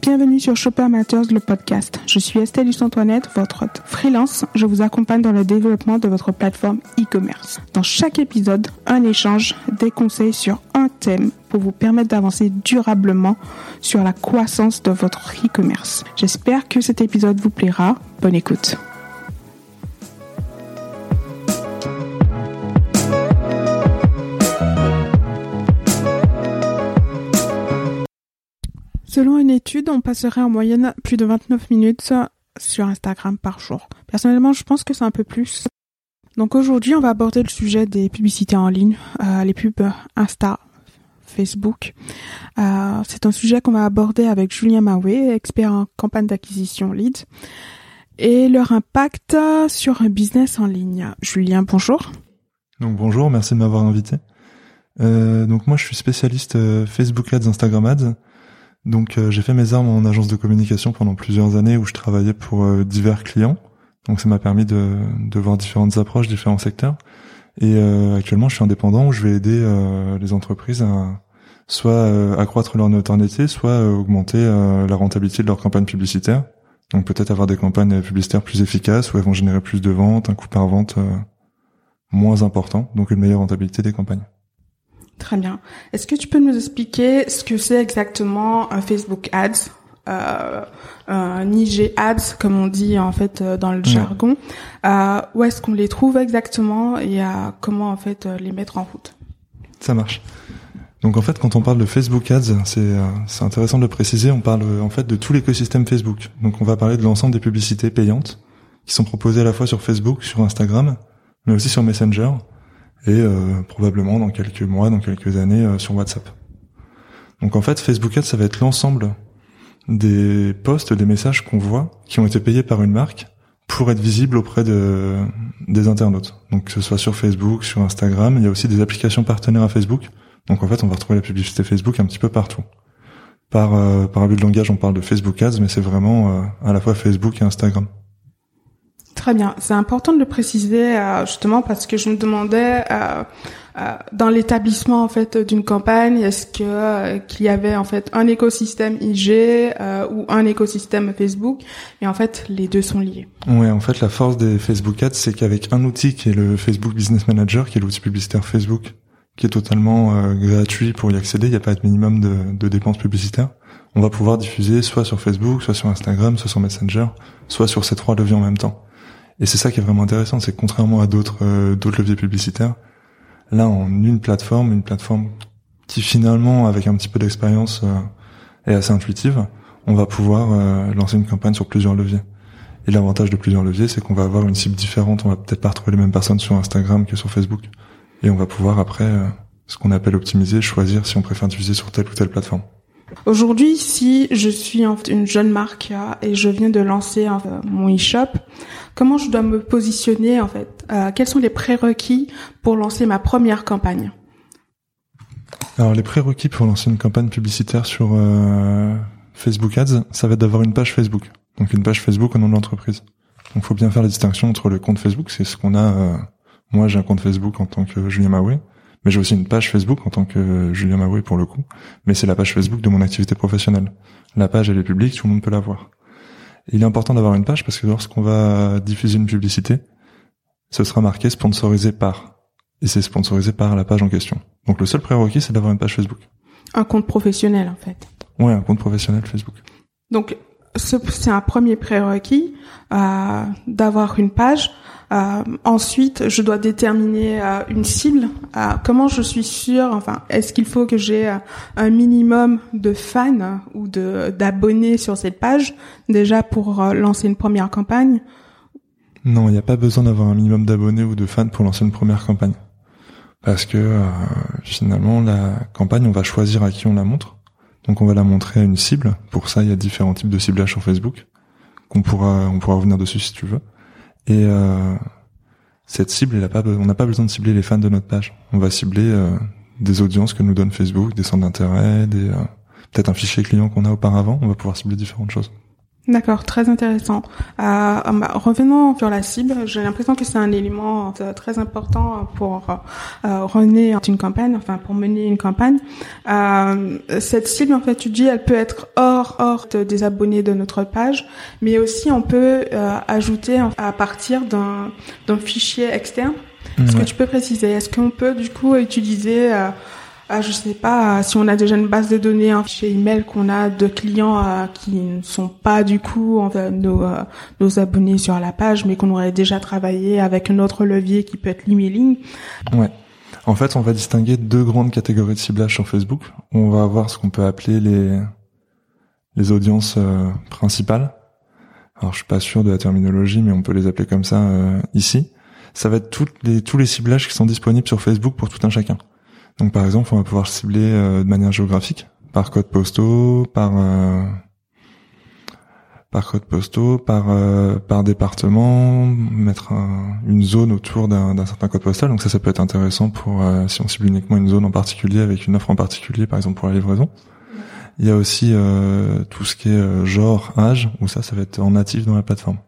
Bienvenue sur Shopper Matters, le podcast. Je suis Estelle Antoinette, votre hôte freelance. Je vous accompagne dans le développement de votre plateforme e-commerce. Dans chaque épisode, un échange, des conseils sur un thème pour vous permettre d'avancer durablement sur la croissance de votre e-commerce. J'espère que cet épisode vous plaira. Bonne écoute. Selon une étude, on passerait en moyenne plus de 29 minutes sur Instagram par jour. Personnellement, je pense que c'est un peu plus. Donc aujourd'hui, on va aborder le sujet des publicités en ligne, les pubs Insta, Facebook. C'est un sujet qu'on va aborder avec Julien Maoué, expert en campagne d'acquisition lead, et leur impact sur un business en ligne. Julien, bonjour. Donc bonjour, merci de m'avoir invité. Donc moi, je suis spécialiste Facebook Ads, Instagram Ads. Donc j'ai fait mes armes en agence de communication pendant plusieurs années où je travaillais pour divers clients. Donc ça m'a permis de voir différentes approches, différents secteurs. Et actuellement je suis indépendant où je vais aider les entreprises à soit accroître leur notoriété, soit augmenter la rentabilité de leur campagne publicitaire. Donc peut-être avoir des campagnes publicitaires plus efficaces où elles vont générer plus de ventes, un coût par vente moins important, donc une meilleure rentabilité des campagnes. Très bien. Est-ce que tu peux nous expliquer ce que c'est exactement un Facebook Ads, un IG Ads, comme on dit en fait dans le jargon. Où est-ce qu'on les trouve exactement et comment en fait les mettre en route? Ça marche. Donc en fait, quand on parle de Facebook Ads, c'est intéressant de le préciser. On parle en fait de tout l'écosystème Facebook. Donc on va parler de l'ensemble des publicités payantes qui sont proposées à la fois sur Facebook, sur Instagram, mais aussi sur Messenger. Et probablement dans quelques mois, dans quelques années sur WhatsApp. Donc en fait, Facebook Ads, ça va être l'ensemble des posts, des messages qu'on voit, qui ont été payés par une marque pour être visibles auprès des internautes. Donc que ce soit sur Facebook, sur Instagram, il y a aussi des applications partenaires à Facebook. Donc en fait, on va retrouver la publicité Facebook un petit peu partout. Par abus de langage, on parle de Facebook Ads, mais c'est vraiment à la fois Facebook et Instagram. Très bien, c'est important de le préciser justement parce que je me demandais dans l'établissement en fait d'une campagne, est-ce que qu'il y avait en fait un écosystème IG ou un écosystème Facebook, et en fait les deux sont liés. Ouais, en fait la force des Facebook Ads, c'est qu'avec un outil qui est le Facebook Business Manager, qui est l'outil publicitaire Facebook, qui est totalement gratuit pour y accéder, il n'y a pas de minimum de dépenses publicitaires. On va pouvoir diffuser soit sur Facebook, soit sur Instagram, soit sur Messenger, soit sur ces trois leviers en même temps. Et c'est ça qui est vraiment intéressant, c'est que contrairement à d'autres leviers publicitaires, là en une plateforme qui finalement avec un petit peu d'expérience est assez intuitive, on va pouvoir lancer une campagne sur plusieurs leviers. Et l'avantage de plusieurs leviers, c'est qu'on va avoir une cible différente, on va peut-être pas retrouver les mêmes personnes sur Instagram que sur Facebook. Et on va pouvoir après, ce qu'on appelle optimiser, choisir si on préfère diffuser sur telle ou telle plateforme. Aujourd'hui, si je suis une jeune marque et je viens de lancer mon e-shop, comment je dois me positionner en fait? Quels sont les prérequis pour lancer ma première campagne? Alors les prérequis pour lancer une campagne publicitaire sur Facebook Ads, ça va être d'avoir une page Facebook. Donc une page Facebook au nom de l'entreprise. Donc il faut bien faire la distinction entre le compte Facebook, c'est ce qu'on a. Moi j'ai un compte Facebook en tant que Julien Maoué. Mais j'ai aussi une page Facebook en tant que Julien Maoué pour le coup. Mais c'est la page Facebook de mon activité professionnelle. La page, elle est publique, tout le monde peut la voir. Et il est important d'avoir une page parce que lorsqu'on va diffuser une publicité, ce sera marqué sponsorisé par. Et c'est sponsorisé par la page en question. Donc le seul prérequis, c'est d'avoir une page Facebook. Un compte professionnel, en fait. Ouais, un compte professionnel Facebook. Donc, c'est un premier prérequis, d'avoir une page. Ensuite, je dois déterminer une cible. Comment je suis sûre, est-ce qu'il faut que j'ai un minimum de fans ou d'abonnés sur cette page déjà pour lancer une première campagne? Non, il n'y a pas besoin d'avoir un minimum d'abonnés ou de fans pour lancer une première campagne. Parce que finalement, la campagne, on va choisir à qui on la montre. Donc on va la montrer à une cible. Pour ça, il y a différents types de ciblage sur Facebook on pourra revenir dessus si tu veux. Et cette cible, on n'a pas besoin de cibler les fans de notre page. On va cibler des audiences que nous donne Facebook, des centres d'intérêt, peut-être un fichier client qu'on a auparavant. On va pouvoir cibler différentes choses. D'accord, très intéressant. Revenons sur la cible. J'ai l'impression que c'est un élément très important pour mener une campagne, enfin pour mener une campagne. Cette cible, en fait, tu dis, elle peut être hors des abonnés de notre page, mais aussi on peut ajouter à partir d'un fichier externe. Est-ce que tu peux préciser? Est-ce qu'on peut du coup utiliser je sais pas, si on a déjà une base de données, un fichier email qu'on a de clients qui ne sont pas du coup nos abonnés sur la page, mais qu'on aurait déjà travaillé avec un autre levier qui peut être l'emailing. Ouais. En fait, on va distinguer deux grandes catégories de ciblage sur Facebook. On va avoir ce qu'on peut appeler les audiences principales. Alors, je suis pas sûr de la terminologie, mais on peut les appeler comme ça ici. Ça va être tous les ciblages qui sont disponibles sur Facebook pour tout un chacun. Donc par exemple, on va pouvoir cibler de manière géographique, par code postaux, par département, mettre une zone autour d'un certain code postal. Donc ça peut être intéressant pour si on cible uniquement une zone en particulier avec une offre en particulier, par exemple pour la livraison. Il y a aussi tout ce qui est genre, âge, où ça va être en natif dans la plateforme.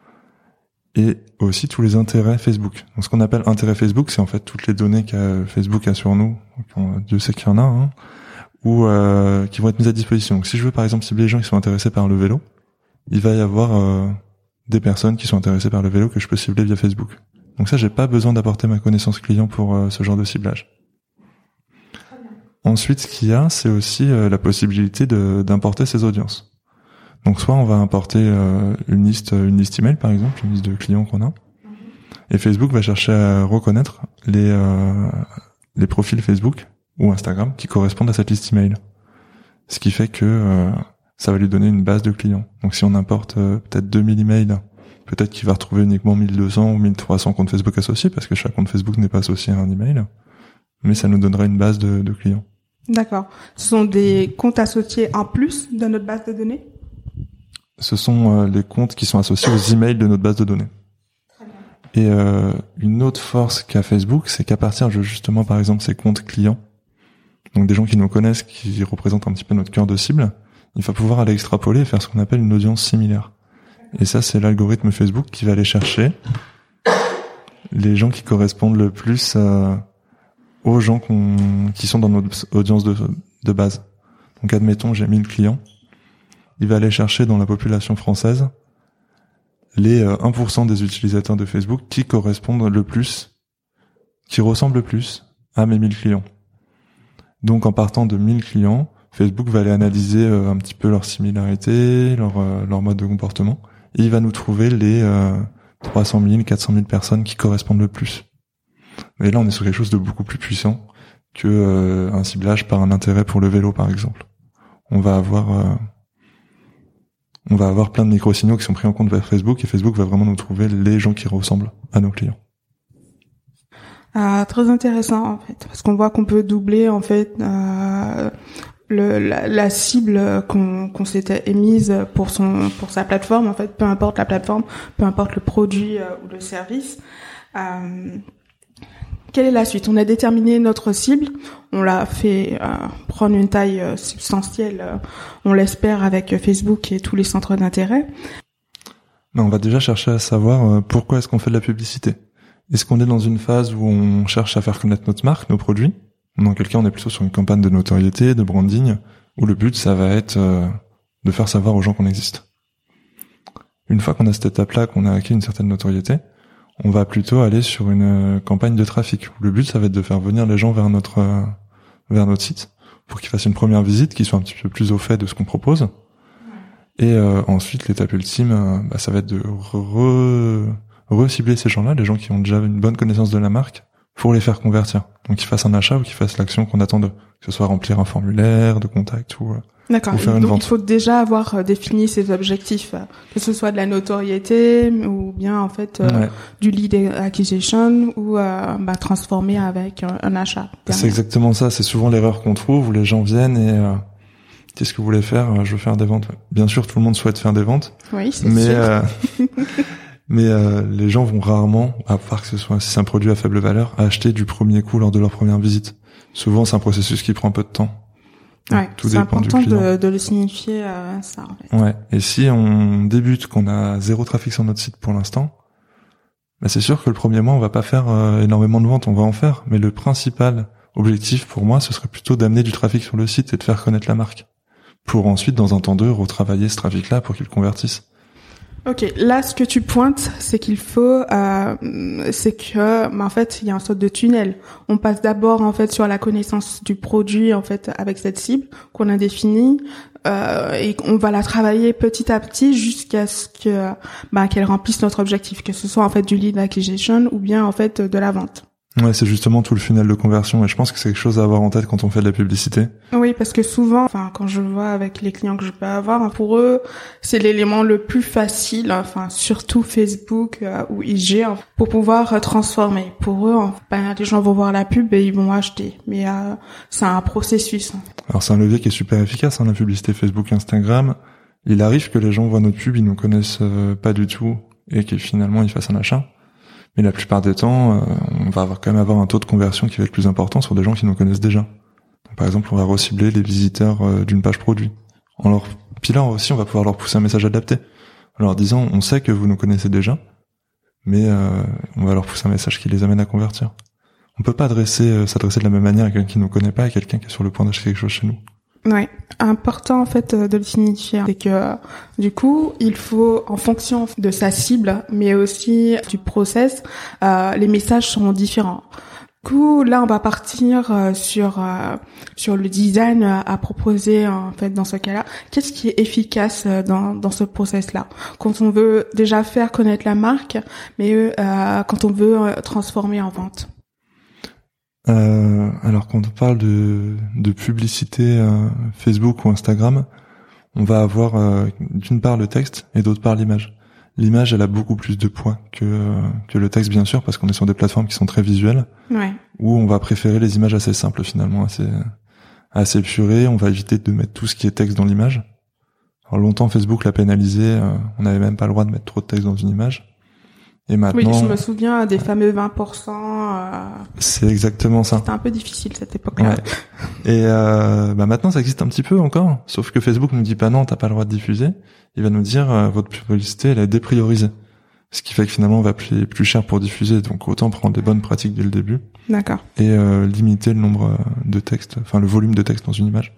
Et aussi tous les intérêts Facebook. Donc ce qu'on appelle intérêt Facebook, c'est en fait toutes les données que Facebook a sur nous, Dieu sait qu'il y en a, ou qui vont être mises à disposition. Donc si je veux par exemple cibler les gens qui sont intéressés par le vélo, il va y avoir des personnes qui sont intéressées par le vélo que je peux cibler via Facebook. Donc ça, j'ai pas besoin d'apporter ma connaissance client pour ce genre de ciblage. Ensuite, ce qu'il y a, c'est aussi la possibilité d'importer ces audiences. Donc soit on va importer une liste email par exemple, une liste de clients qu'on a, et Facebook va chercher à reconnaître les profils Facebook ou Instagram qui correspondent à cette liste email. Ce qui fait que ça va lui donner une base de clients. Donc si on importe peut-être 2000 emails, peut-être qu'il va retrouver uniquement 1200 ou 1300 comptes Facebook associés, parce que chaque compte Facebook n'est pas associé à un email, mais ça nous donnera une base de clients. D'accord. Ce sont des comptes associés en plus de notre base de données? Ce sont les comptes qui sont associés aux emails de notre base de données. Et une autre force qu'a Facebook, c'est qu'à partir de justement, par exemple, ces comptes clients, donc des gens qui nous connaissent, qui représentent un petit peu notre cœur de cible, il va pouvoir aller extrapoler et faire ce qu'on appelle une audience similaire. Et ça, c'est l'algorithme Facebook qui va aller chercher les gens qui correspondent le plus aux gens qui sont dans notre audience de base. Donc admettons, j'ai 1000 clients. Il va aller chercher dans la population française les 1% des utilisateurs de Facebook qui correspondent le plus, qui ressemblent le plus à mes 1000 clients. Donc en partant de 1000 clients, Facebook va aller analyser un petit peu leur similarité, leur mode de comportement, et il va nous trouver les 300 000, 400 000 personnes qui correspondent le plus. Mais là, on est sur quelque chose de beaucoup plus puissant que un ciblage par un intérêt pour le vélo, par exemple. On va avoir plein de micro-signaux qui sont pris en compte vers Facebook, et Facebook va vraiment nous trouver les gens qui ressemblent à nos clients. Très intéressant en fait, parce qu'on voit qu'on peut doubler en fait la cible qu'on s'était émise pour sa plateforme en fait, peu importe la plateforme, peu importe le produit ou le service. Quelle est la suite? On a déterminé notre cible, on l'a fait prendre une taille substantielle, on l'espère, avec Facebook et tous les centres d'intérêt. On va déjà chercher à savoir pourquoi est-ce qu'on fait de la publicité. Est-ce qu'on est dans une phase où on cherche à faire connaître notre marque, nos produits? Dans quel cas on est plutôt sur une campagne de notoriété, de branding, où le but ça va être de faire savoir aux gens qu'on existe. Une fois qu'on a cette étape-là, qu'on a acquis une certaine notoriété, on va plutôt aller sur une campagne de trafic. Le but, ça va être de faire venir les gens vers notre site pour qu'ils fassent une première visite, qu'ils soient un petit peu plus au fait de ce qu'on propose. Et ensuite, l'étape ultime, ça va être de recibler ces gens-là, les gens qui ont déjà une bonne connaissance de la marque, pour les faire convertir. Donc qu'ils fassent un achat ou qu'ils fassent l'action qu'on attend d'eux. Que ce soit remplir un formulaire de contact ou faire une vente. Il faut déjà avoir défini ses objectifs, que ce soit de la notoriété ou bien en fait du lead acquisition ou transformer avec un achat. C'est exactement ça, c'est souvent l'erreur qu'on trouve où les gens viennent et qu'est-ce que vous voulez faire? Je veux faire des ventes. Bien sûr, tout le monde souhaite faire des ventes. Oui, c'est sûr. Mais les gens vont rarement, à part que si c'est un produit à faible valeur, acheter du premier coup lors de leur première visite. Souvent, c'est un processus qui prend un peu de temps. Ouais, tout c'est dépend important du client. de le signifier, ça, en fait. Ouais. Et si on débute, qu'on a 0 trafic sur notre site pour l'instant, bah c'est sûr que le premier mois, on va pas faire énormément de ventes, on va en faire. Mais le principal objectif pour moi, ce serait plutôt d'amener du trafic sur le site et de faire connaître la marque. Pour ensuite, dans un temps 2, retravailler ce trafic-là pour qu'il convertisse. Ok, là, ce que tu pointes, c'est qu'il faut, c'est que, en fait, il y a un sorte de tunnel. On passe d'abord, en fait, sur la connaissance du produit, en fait, avec cette cible qu'on a définie, et on va la travailler petit à petit jusqu'à ce que, qu'elle remplisse notre objectif, que ce soit, en fait, du lead acquisition ou bien, en fait, de la vente. Ouais, c'est justement tout le funnel de conversion et je pense que c'est quelque chose à avoir en tête quand on fait de la publicité. Oui, parce que souvent, quand je vois avec les clients que je peux avoir, pour eux, c'est l'élément le plus facile, surtout Facebook ou IG, pour pouvoir transformer. Pour eux, les gens vont voir la pub et ils vont acheter. Mais c'est un processus. Alors c'est un levier qui est super efficace, la publicité Facebook, Instagram. Il arrive que les gens voient notre pub, ils nous connaissent pas du tout et que finalement ils fassent un achat. Mais la plupart des temps, on va quand même avoir un taux de conversion qui va être plus important sur des gens qui nous connaissent déjà. Donc, par exemple, on va recibler les visiteurs d'une page produit. Puis là aussi, on va pouvoir leur pousser un message adapté. En leur disant, on sait que vous nous connaissez déjà, mais on va leur pousser un message qui les amène à convertir. On peut pas s'adresser de la même manière à quelqu'un qui nous connaît pas et quelqu'un qui est sur le point d'acheter quelque chose chez nous. Ouais, important en fait de le signifier, c'est que du coup il faut, en fonction de sa cible, mais aussi du process, les messages seront différents. Du coup, là on va partir sur le design à proposer en fait dans ce cas-là. Qu'est-ce qui est efficace dans ce process-là quand on veut déjà faire connaître la marque, mais quand on veut transformer en vente? Alors quand on parle de publicité Facebook ou Instagram, on va avoir d'une part le texte et d'autre part l'image. L'image, elle a beaucoup plus de poids que le texte, bien sûr, parce qu'on est sur des plateformes qui sont très visuelles, ouais, où on va préférer les images assez simples finalement, assez épurées. On va éviter de mettre tout ce qui est texte dans l'image. Alors longtemps Facebook l'a pénalisé, on n'avait même pas le droit de mettre trop de texte dans une image. Et maintenant, oui, je me souviens des fameux 20%. C'est exactement ça. C'était un peu difficile cette époque-là. Ouais. Et maintenant, ça existe un petit peu encore. Sauf que Facebook nous dit pas non, t'as pas le droit de diffuser. Il va nous dire votre publicité, elle est dépriorisée. Ce qui fait que finalement, on va payer plus cher pour diffuser. Donc autant prendre des bonnes pratiques dès le début. D'accord. Et limiter le nombre de textes, le volume de texte dans une image.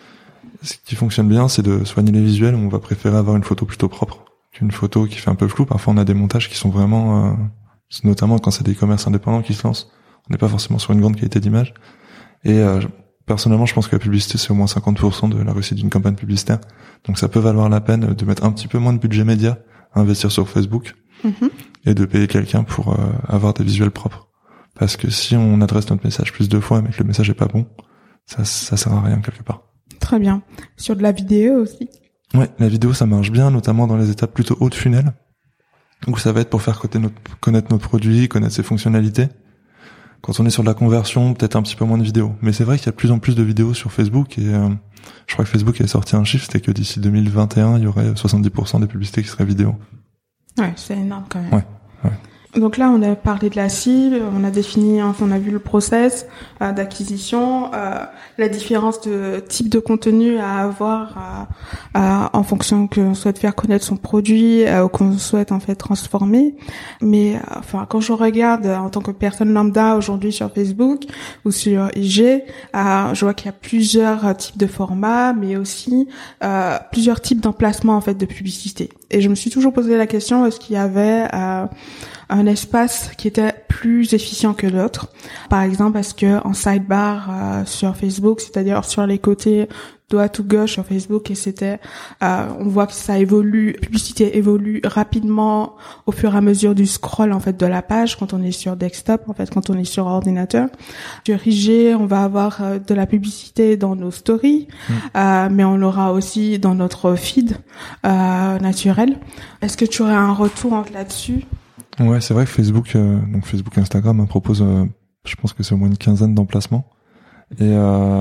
Ce qui fonctionne bien, c'est de soigner les visuels. On va préférer avoir une photo plutôt propre qu'une photo qui fait un peu flou. Parfois, on a des montages qui sont vraiment, notamment quand c'est des commerces indépendants qui se lancent, on n'est pas forcément sur une grande qualité d'image. Et personnellement, je pense que la publicité, c'est au moins 50% de la réussite d'une campagne publicitaire. Donc, ça peut valoir la peine de mettre un petit peu moins de budget média à investir sur Facebook et de payer quelqu'un pour avoir des visuels propres. Parce que si on adresse notre message plus de fois mais que le message est pas bon, ça sert à rien quelque part. Très bien. Sur de la vidéo aussi? Ouais, la vidéo ça marche bien, notamment dans les étapes plutôt haut de funnel, où ça va être pour faire connaître nos produits, connaître ses fonctionnalités. Quand on est sur de la conversion, peut-être un petit peu moins de vidéos. Mais c'est vrai qu'il y a de plus en plus de vidéos sur Facebook et je crois que Facebook avait sorti un chiffre, c'était que d'ici 2021, il y aurait 70% des publicités qui seraient vidéo. Ouais, c'est énorme quand même. Ouais. Donc là, on a parlé de la cible, on a défini, on a vu le process d'acquisition, la différence de type de contenu à avoir en fonction qu'on souhaite faire connaître son produit ou qu'on souhaite en fait transformer. Mais quand je regarde en tant que personne lambda aujourd'hui sur Facebook ou sur IG, je vois qu'il y a plusieurs types de formats, mais aussi plusieurs types d'emplacements en fait de publicité. Et je me suis toujours posé la question, est-ce qu'il y avait un espace qui était plus efficient que l'autre. Par exemple, parce que en sidebar sur Facebook, c'est-à-dire sur les côtés droite ou gauche sur Facebook, et on voit que ça évolue, la publicité évolue rapidement au fur et à mesure du scroll en fait de la page quand on est sur desktop, en fait quand on est sur ordinateur. Sur IG, on va avoir de la publicité dans nos stories, mais on l'aura aussi dans notre feed naturel. Est-ce que tu aurais un retour là-dessus? Ouais, c'est vrai que Facebook, Facebook et Instagram propose, je pense que c'est au moins une quinzaine d'emplacements. Et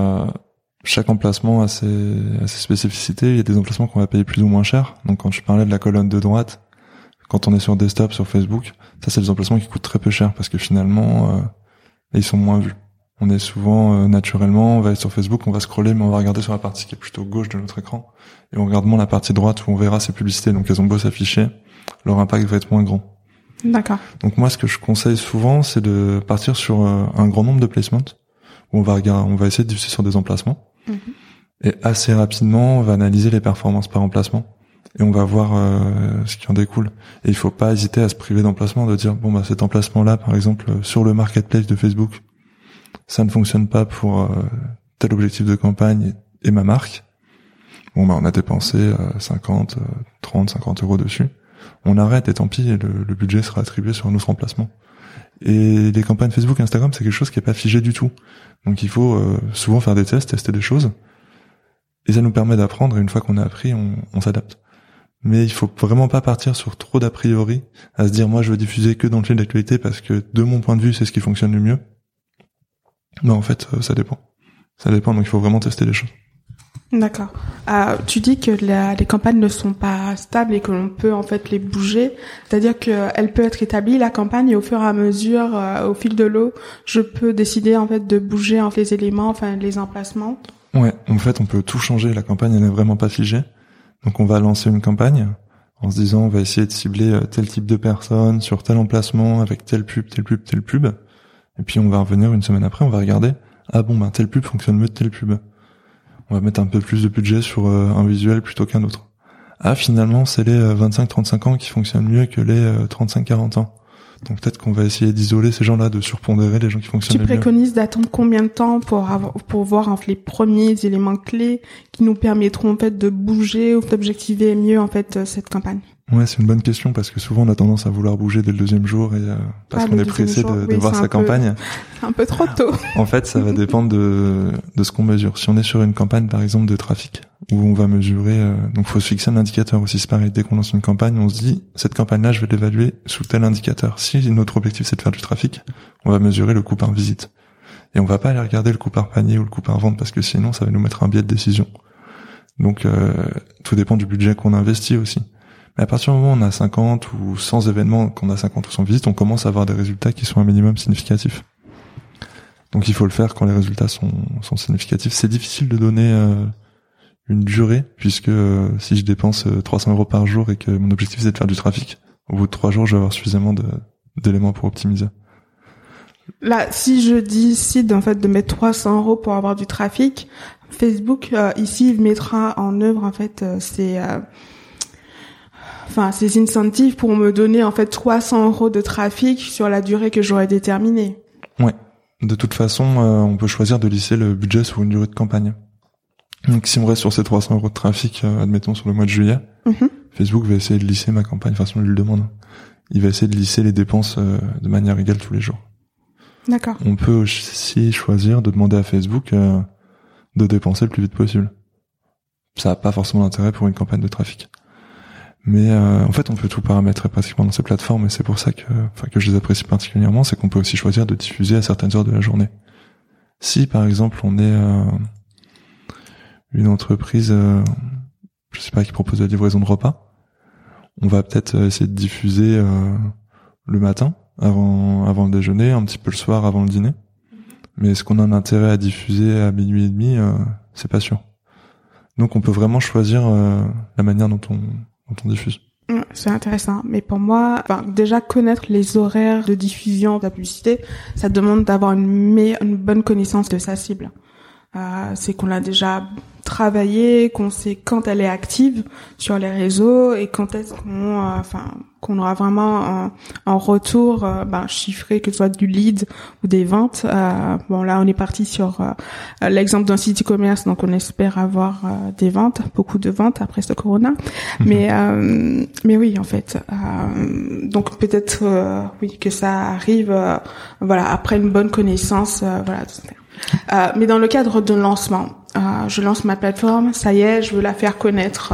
chaque emplacement a ses spécificités. Il y a des emplacements qu'on va payer plus ou moins cher. Donc quand je parlais de la colonne de droite, quand on est sur desktop, sur Facebook, ça c'est des emplacements qui coûtent très peu cher parce que finalement, ils sont moins vus. On est souvent naturellement, on va être sur Facebook, on va scroller, mais on va regarder sur la partie qui est plutôt gauche de notre écran, et on regarde moins la partie droite où on verra ces publicités. Donc elles ont beau s'afficher, leur impact va être moins grand. D'accord. Donc moi, ce que je conseille souvent, c'est de partir sur un grand nombre de placements où on va essayer de diffuser sur des emplacements, et assez rapidement, on va analyser les performances par emplacement. Et on va voir ce qui en découle. Et il faut pas hésiter à se priver d'emplacement, de dire bon bah cet emplacement-là, par exemple, sur le marketplace de Facebook, ça ne fonctionne pas pour tel objectif de campagne et ma marque. Bon bah on a dépensé 50 euros dessus. On arrête et tant pis, et le budget sera attribué sur un autre emplacement. Et les campagnes Facebook, Instagram, c'est quelque chose qui est pas figé du tout. Donc il faut souvent faire des tests, tester des choses. Et ça nous permet d'apprendre, et une fois qu'on a appris, on s'adapte. Mais il faut vraiment pas partir sur trop d'a priori, à se dire moi je veux diffuser que dans le fil d'actualité parce que de mon point de vue c'est ce qui fonctionne le mieux. Non, en fait ça dépend. Ça dépend, donc il faut vraiment tester les choses. D'accord. Tu dis que les campagnes ne sont pas stables et que l'on peut en fait les bouger, c'est-à-dire qu'elle peut être établie la campagne et au fur et à mesure, au fil de l'eau, je peux décider en fait de bouger en fait, les éléments, enfin les emplacements. Ouais, en fait on peut tout changer. La campagne elle n'est vraiment pas figée. Donc on va lancer une campagne en se disant on va essayer de cibler tel type de personnes sur tel emplacement avec telle pub. Et puis on va revenir une semaine après, on va regarder telle pub fonctionne mieux que telle pub. On va mettre un peu plus de budget sur un visuel plutôt qu'un autre. Finalement c'est les 25-35 ans qui fonctionnent mieux que les 35-40 ans. Donc peut-être qu'on va essayer d'isoler ces gens-là, de surpondérer les gens qui fonctionnent mieux. Tu préconises d'attendre combien de temps pour voir en fait, les premiers éléments clés qui nous permettront en fait de bouger ou d'objectiver mieux en fait cette campagne? Ouais, c'est une bonne question parce que souvent on a tendance à vouloir bouger dès le deuxième jour et parce qu'on est pressé de voir sa campagne. C'est un peu trop tôt. En fait, ça va dépendre de ce qu'on mesure. Si on est sur une campagne par exemple de trafic où on va mesurer, donc faut se fixer un indicateur aussi. C'est pareil, dès qu'on lance une campagne, on se dit cette campagne-là, je vais l'évaluer sous tel indicateur. Si notre objectif c'est de faire du trafic, on va mesurer le coût par visite et on va pas aller regarder le coût par panier ou le coût par vente parce que sinon ça va nous mettre un biais de décision. Donc tout dépend du budget qu'on investit aussi. Mais à partir du moment où on a 50 ou 100 événements, qu'on a 50 ou 100 visites, on commence à avoir des résultats qui sont un minimum significatifs. Donc il faut le faire quand les résultats sont significatifs. C'est difficile de donner une durée, puisque si je dépense 300 euros par jour et que mon objectif c'est de faire du trafic, au bout de 3 jours, je vais avoir suffisamment d'éléments pour optimiser. Là, si je décide en fait de mettre 300 euros pour avoir du trafic, Facebook ici mettra en œuvre en fait ces incentives pour me donner en fait 300 euros de trafic sur la durée que j'aurais déterminée. Ouais. De toute façon, on peut choisir de lisser le budget sur une durée de campagne. Donc si on reste sur ces 300 euros de trafic, admettons sur le mois de juillet, Facebook va essayer de lisser ma campagne, de toute façon il le demande. Il va essayer de lisser les dépenses de manière égale tous les jours. D'accord. On peut aussi choisir de demander à Facebook de dépenser le plus vite possible. Ça n'a pas forcément d'intérêt pour une campagne de trafic. Mais en fait, on peut tout paramétrer pratiquement dans ces plateformes et c'est pour ça que je les apprécie particulièrement, c'est qu'on peut aussi choisir de diffuser à certaines heures de la journée. Si par exemple on est une entreprise, je sais pas, qui propose la livraison de repas, on va peut-être essayer de diffuser le matin avant le déjeuner, un petit peu le soir avant le dîner. Mais est-ce qu'on a un intérêt à diffuser à minuit et demi, c'est pas sûr. Donc on peut vraiment choisir la manière dont on diffuse. C'est intéressant, mais pour moi, déjà connaître les horaires de diffusion de la publicité, ça demande d'avoir une bonne connaissance de sa cible. C'est qu'on l'a déjà travaillé, qu'on sait quand elle est active sur les réseaux et quand est-ce qu'on aura vraiment un retour chiffré, que ce soit du lead ou des ventes. Là on est parti sur l'exemple d'un site e-commerce, donc on espère avoir des ventes, beaucoup de ventes après ce corona. Mais oui, en fait, donc peut-être que ça arrive après une bonne connaissance mais dans le cadre d'un lancement, je lance ma plateforme, ça y est, je veux la faire connaître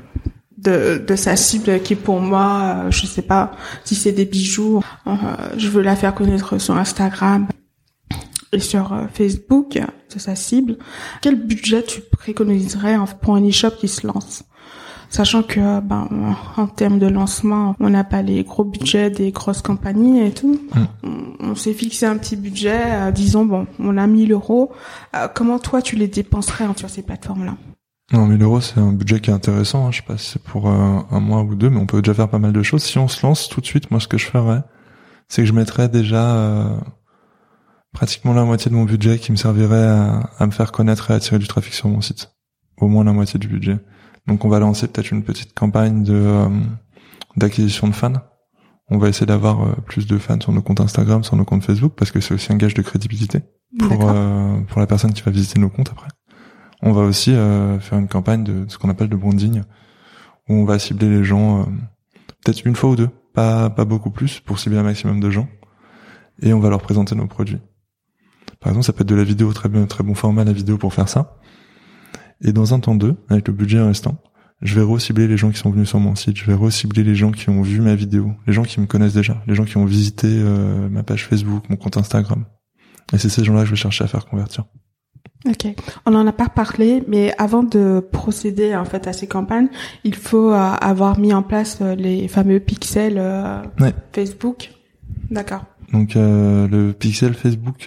de sa cible qui pour moi, je sais pas si c'est des bijoux, je veux la faire connaître sur Instagram et sur Facebook de sa cible. Quel budget tu préconiserais pour un e-shop qui se lance? Sachant que, en termes de lancement, on n'a pas les gros budgets des grosses compagnies et tout. On s'est fixé un petit budget, disons, on a 1 000 euros. Comment toi, tu les dépenserais sur ces plateformes-là? Non, 1 000 euros, c'est un budget qui est intéressant. Je sais pas si c'est pour un mois ou 2, mais on peut déjà faire pas mal de choses. Si on se lance tout de suite, moi, ce que je ferais, c'est que je mettrais déjà pratiquement la moitié de mon budget qui me servirait à me faire connaître et à attirer du trafic sur mon site. Au moins la moitié du budget. Donc on va lancer peut-être une petite campagne d'acquisition de fans. On va essayer d'avoir plus de fans sur nos comptes Instagram, sur nos comptes Facebook, parce que c'est aussi un gage de crédibilité pour la personne qui va visiter nos comptes après. On va aussi faire une campagne de ce qu'on appelle de branding, où on va cibler les gens peut-être une fois ou deux, pas beaucoup plus, pour cibler un maximum de gens, et on va leur présenter nos produits. Par exemple, ça peut être de la vidéo, très bon format la vidéo pour faire ça. Et dans un temps 2, avec le budget restant, je vais recibler les gens qui sont venus sur mon site, je vais recibler les gens qui ont vu ma vidéo, les gens qui me connaissent déjà, les gens qui ont visité ma page Facebook, mon compte Instagram. Et c'est ces gens-là que je vais chercher à faire convertir. Ok, on en a pas parlé, mais avant de procéder en fait à ces campagnes, il faut avoir mis en place les fameux pixels Facebook. D'accord. Donc le pixel Facebook,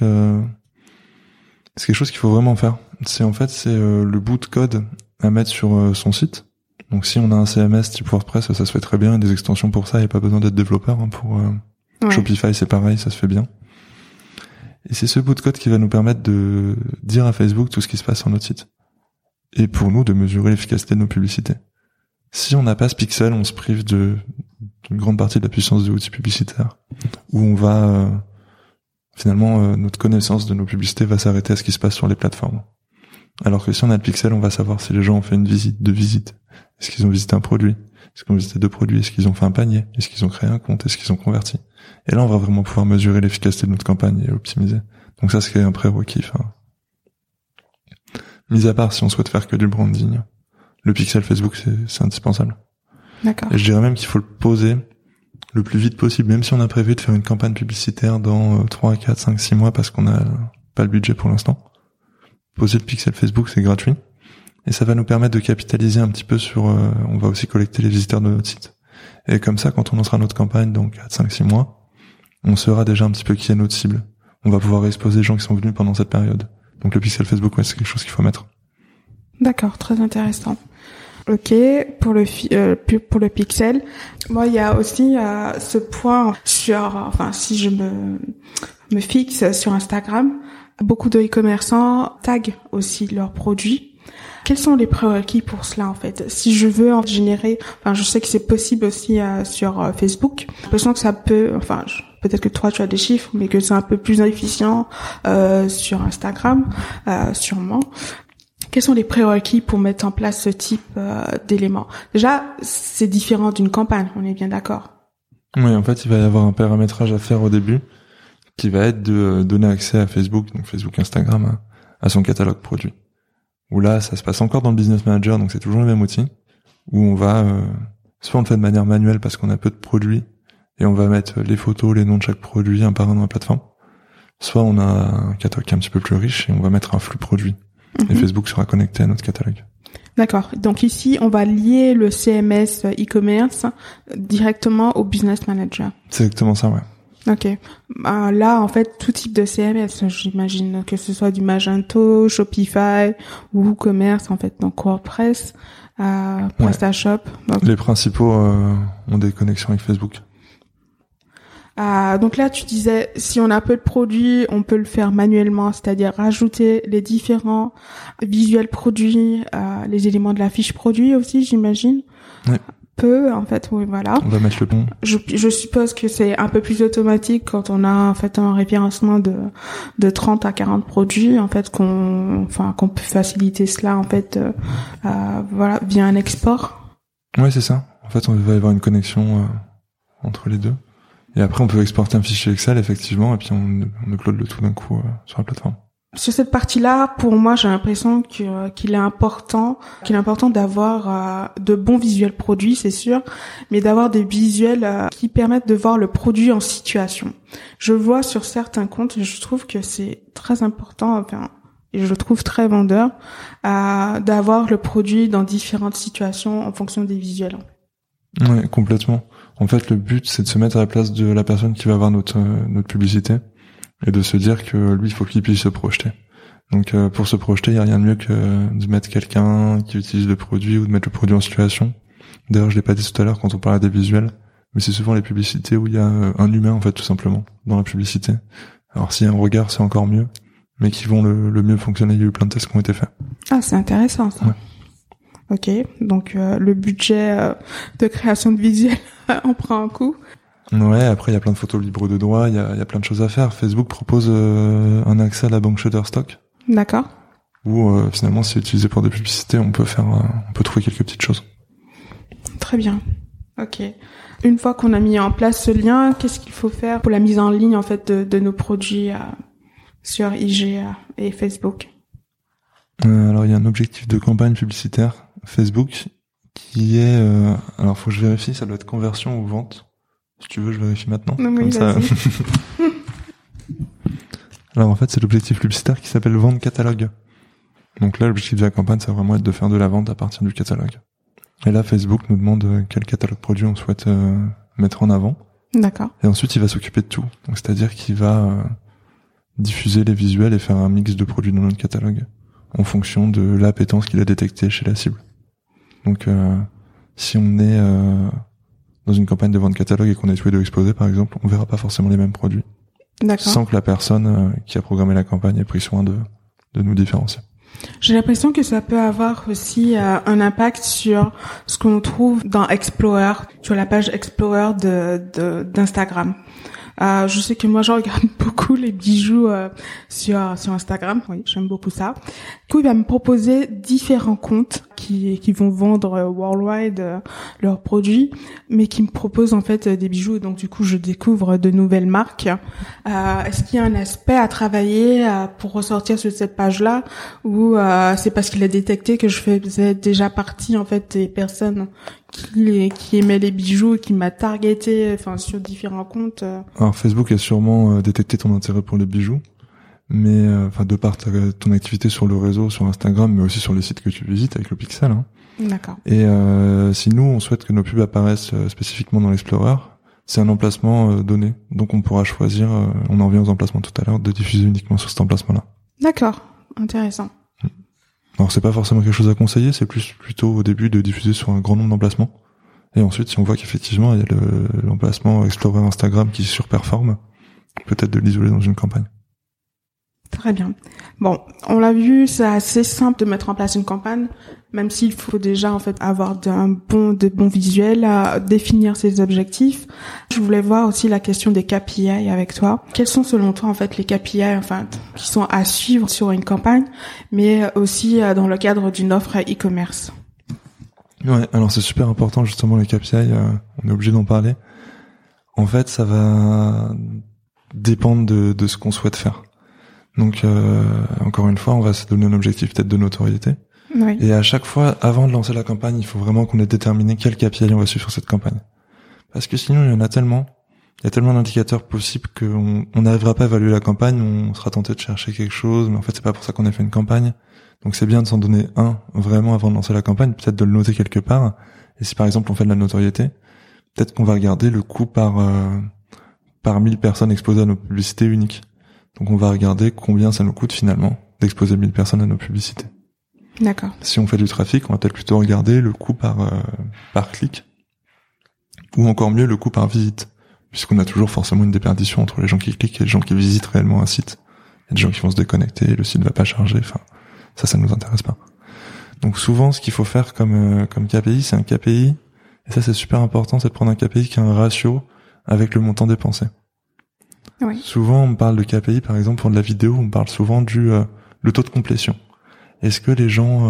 c'est quelque chose qu'il faut vraiment faire. C'est le bout de code à mettre sur son site. Donc si on a un CMS type WordPress, ça se fait très bien, des extensions pour ça, il n'y a pas besoin d'être développeur pour Shopify, c'est pareil, ça se fait bien. Et c'est ce bout de code qui va nous permettre de dire à Facebook tout ce qui se passe sur notre site. Et pour nous, de mesurer l'efficacité de nos publicités. Si on n'a pas ce pixel, on se prive d'une grande partie de la puissance de l'outil publicitaire, où on va finalement notre connaissance de nos publicités va s'arrêter à ce qui se passe sur les plateformes. Alors que si on a le pixel, on va savoir si les gens ont fait une visite, 2 visites. Est-ce qu'ils ont visité un produit? Est-ce qu'ils ont visité 2 produits? Est-ce qu'ils ont fait un panier? Est-ce qu'ils ont créé un compte? Est-ce qu'ils ont converti? Et là, on va vraiment pouvoir mesurer l'efficacité de notre campagne et optimiser. Donc ça, c'est un prérequis. Mis à part si on souhaite faire que du branding, le pixel Facebook, c'est indispensable. D'accord. Et je dirais même qu'il faut le poser le plus vite possible, même si on a prévu de faire une campagne publicitaire dans 3, 4, 5, 6 mois parce qu'on n'a pas le budget pour l'instant. Poser le pixel Facebook, c'est gratuit. Et ça va nous permettre de capitaliser un petit peu sur... on va aussi collecter les visiteurs de notre site. Et comme ça, quand on lancera notre campagne dans 4, 5, 6 mois, on saura déjà un petit peu qui est notre cible. On va pouvoir exposer les gens qui sont venus pendant cette période. Donc le pixel Facebook, c'est quelque chose qu'il faut mettre. D'accord, très intéressant. Ok, pour le pixel, moi il y a aussi ce point si je me fixe sur Instagram, beaucoup de e-commerçants taguent aussi leurs produits. Quels sont les prérequis pour cela en fait? Si je veux en générer, je sais que c'est possible aussi sur Facebook. J'ai l'impression que ça peut, peut-être que toi tu as des chiffres, mais que c'est un peu plus efficient sur Instagram, sûrement. Quels sont les prérequis pour mettre en place ce type d'éléments? Déjà, c'est différent d'une campagne, on est bien d'accord? Oui, en fait, il va y avoir un paramétrage à faire au début qui va être de donner accès à Facebook, donc Facebook, Instagram, à son catalogue produit. Où là, ça se passe encore dans le Business Manager, donc c'est toujours le même outil, où on va, soit on le fait de manière manuelle parce qu'on a peu de produits, et on va mettre les photos, les noms de chaque produit un par un dans la plateforme, soit on a un catalogue un petit peu plus riche et on va mettre un flux produit. Et Facebook sera connecté à notre catalogue. D'accord. Donc ici, on va lier le CMS e-commerce directement au Business Manager. C'est exactement ça, ouais. Ok. Là, en fait, tout type de CMS, j'imagine que ce soit du Magento, Shopify ou WooCommerce, en fait, donc WordPress, PrestaShop. Donc... Les principaux ont des connexions avec Facebook. Donc là, tu disais, si on a peu de produits, on peut le faire manuellement, c'est-à-dire rajouter les différents visuels produits, les éléments de la fiche produit aussi, j'imagine. Ouais. En fait, oui, voilà. On va mettre le bon. Je suppose que c'est un peu plus automatique quand on a en fait un référencement de 30 à 40 produits, en fait, qu'on peut faciliter cela en fait, via un export. Ouais, c'est ça. En fait, on va y avoir une connexion entre les deux. Et après, on peut exporter un fichier Excel, effectivement, et puis on upload le tout d'un coup sur la plateforme. Sur cette partie-là, pour moi, j'ai l'impression qu'il est important d'avoir de bons visuels produits, c'est sûr, mais d'avoir des visuels qui permettent de voir le produit en situation. Je vois sur certains comptes, je trouve que c'est très important, et je le trouve très vendeur, d'avoir le produit dans différentes situations en fonction des visuels. Ouais, complètement. En fait, le but, c'est de se mettre à la place de la personne qui va voir notre publicité et de se dire que lui, il faut qu'il puisse se projeter. Donc, pour se projeter, il y a rien de mieux que de mettre quelqu'un qui utilise le produit ou de mettre le produit en situation. D'ailleurs, je l'ai pas dit tout à l'heure quand on parlait des visuels, mais c'est souvent les publicités où il y a un humain, en fait, tout simplement, dans la publicité. Alors, s'il y a un regard, c'est encore mieux, mais qui vont le mieux fonctionner. Il y a eu plein de tests qui ont été faits. Ah, c'est intéressant, ça. Ouais. Ok, donc le budget de création de visuels, on prend un coup. Ouais, après, il y a plein de photos libres de droit, il y a plein de choses à faire. Facebook propose un accès à la banque Shutterstock. D'accord. Où, finalement, si c'est utilisé pour des publicités, on peut trouver quelques petites choses. Très bien. Ok. Une fois qu'on a mis en place ce lien, qu'est-ce qu'il faut faire pour la mise en ligne, en fait, de nos produits sur IG et Facebook? Alors, il y a un objectif de campagne publicitaire Facebook qui est... alors, faut que je vérifie, ça doit être conversion ou vente. Si tu veux, je vérifie maintenant. Oui, comme ça. Alors, en fait, c'est l'objectif publicitaire qui s'appelle vente catalogue. Donc là, l'objectif de la campagne, ça va vraiment être de faire de la vente à partir du catalogue. Et là, Facebook nous demande quel catalogue produit on souhaite mettre en avant. D'accord. Et ensuite, il va s'occuper de tout. Donc, c'est-à-dire qu'il va diffuser les visuels et faire un mix de produits dans notre catalogue en fonction de l'appétence qu'il a détectée chez la cible. Donc, si on est dans une campagne de vente catalogue et qu'on est tous les deux exposés, par exemple, on verra pas forcément les mêmes produits. D'accord. Sans que la personne qui a programmé la campagne ait pris soin de nous différencier. J'ai l'impression que ça peut avoir aussi un impact sur ce qu'on trouve dans Explorer, sur la page Explorer d'Instagram. Je sais que moi, je regarde beaucoup les bijoux sur Instagram. Oui, j'aime beaucoup ça. Du coup, il va me proposer différents comptes qui vont vendre worldwide leurs produits, mais qui me proposent en fait des bijoux. Donc, du coup, je découvre de nouvelles marques. Est-ce qu'il y a un aspect à travailler pour ressortir sur cette page-là, ou c'est parce qu'il a détecté que je faisais déjà partie en fait des personnes qui aimaient les bijoux et qui m'a targeté, enfin, sur différents comptes. Alors Facebook a sûrement détecté ton intérêt pour les bijoux, mais de par ton activité sur le réseau, sur Instagram, mais aussi sur les sites que tu visites avec le pixel. Hein. D'accord. Et si nous on souhaite que nos pubs apparaissent spécifiquement dans l'Explorer, c'est un emplacement donné, donc on pourra choisir. On en revient aux emplacements tout à l'heure, de diffuser uniquement sur cet emplacement-là. D'accord, intéressant. Alors c'est pas forcément quelque chose à conseiller, c'est plutôt au début de diffuser sur un grand nombre d'emplacements. Et ensuite, si on voit qu'effectivement il y a l'emplacement Explorer Instagram qui surperforme, peut-être de l'isoler dans une campagne. Très bien. Bon, on l'a vu, c'est assez simple de mettre en place une campagne, même s'il faut déjà en fait avoir de bons visuels, définir ses objectifs. Je voulais voir aussi la question des KPI avec toi. Quels sont selon toi en fait les KPI qui sont à suivre sur une campagne, mais aussi dans le cadre d'une offre e-commerce? Ouais, alors c'est super important justement les KPI, on est obligé d'en parler. En fait, ça va dépendre de ce qu'on souhaite faire. Donc encore une fois, on va se donner un objectif peut-être de notoriété. Oui. Et à chaque fois, avant de lancer la campagne, il faut vraiment qu'on ait déterminé quel KPI on va suivre sur cette campagne. Parce que sinon, il y en a tellement, il y a tellement d'indicateurs possibles qu'on n'arrivera pas à évaluer la campagne, on sera tenté de chercher quelque chose, mais en fait, c'est pas pour ça qu'on a fait une campagne. Donc c'est bien de s'en donner un vraiment avant de lancer la campagne, peut-être de le noter quelque part. Et si par exemple on fait de la notoriété, peut-être qu'on va regarder le coût par 1000 personnes exposées à nos publicités uniques. Donc on va regarder combien ça nous coûte finalement d'exposer 1000 personnes à nos publicités. D'accord. Si on fait du trafic, on va peut-être plutôt regarder le coût par clic, ou encore mieux le coût par visite, puisqu'on a toujours forcément une déperdition entre les gens qui cliquent et les gens qui visitent réellement un site. Il y a des gens qui vont se déconnecter, le site va pas charger, enfin ça nous intéresse pas. Donc souvent ce qu'il faut faire comme KPI, c'est un KPI, et ça c'est super important, c'est de prendre un KPI qui a un ratio avec le montant dépensé. Oui. Souvent, on parle de KPI, par exemple, pour de la vidéo, on parle souvent le taux de complétion. Est-ce que les gens,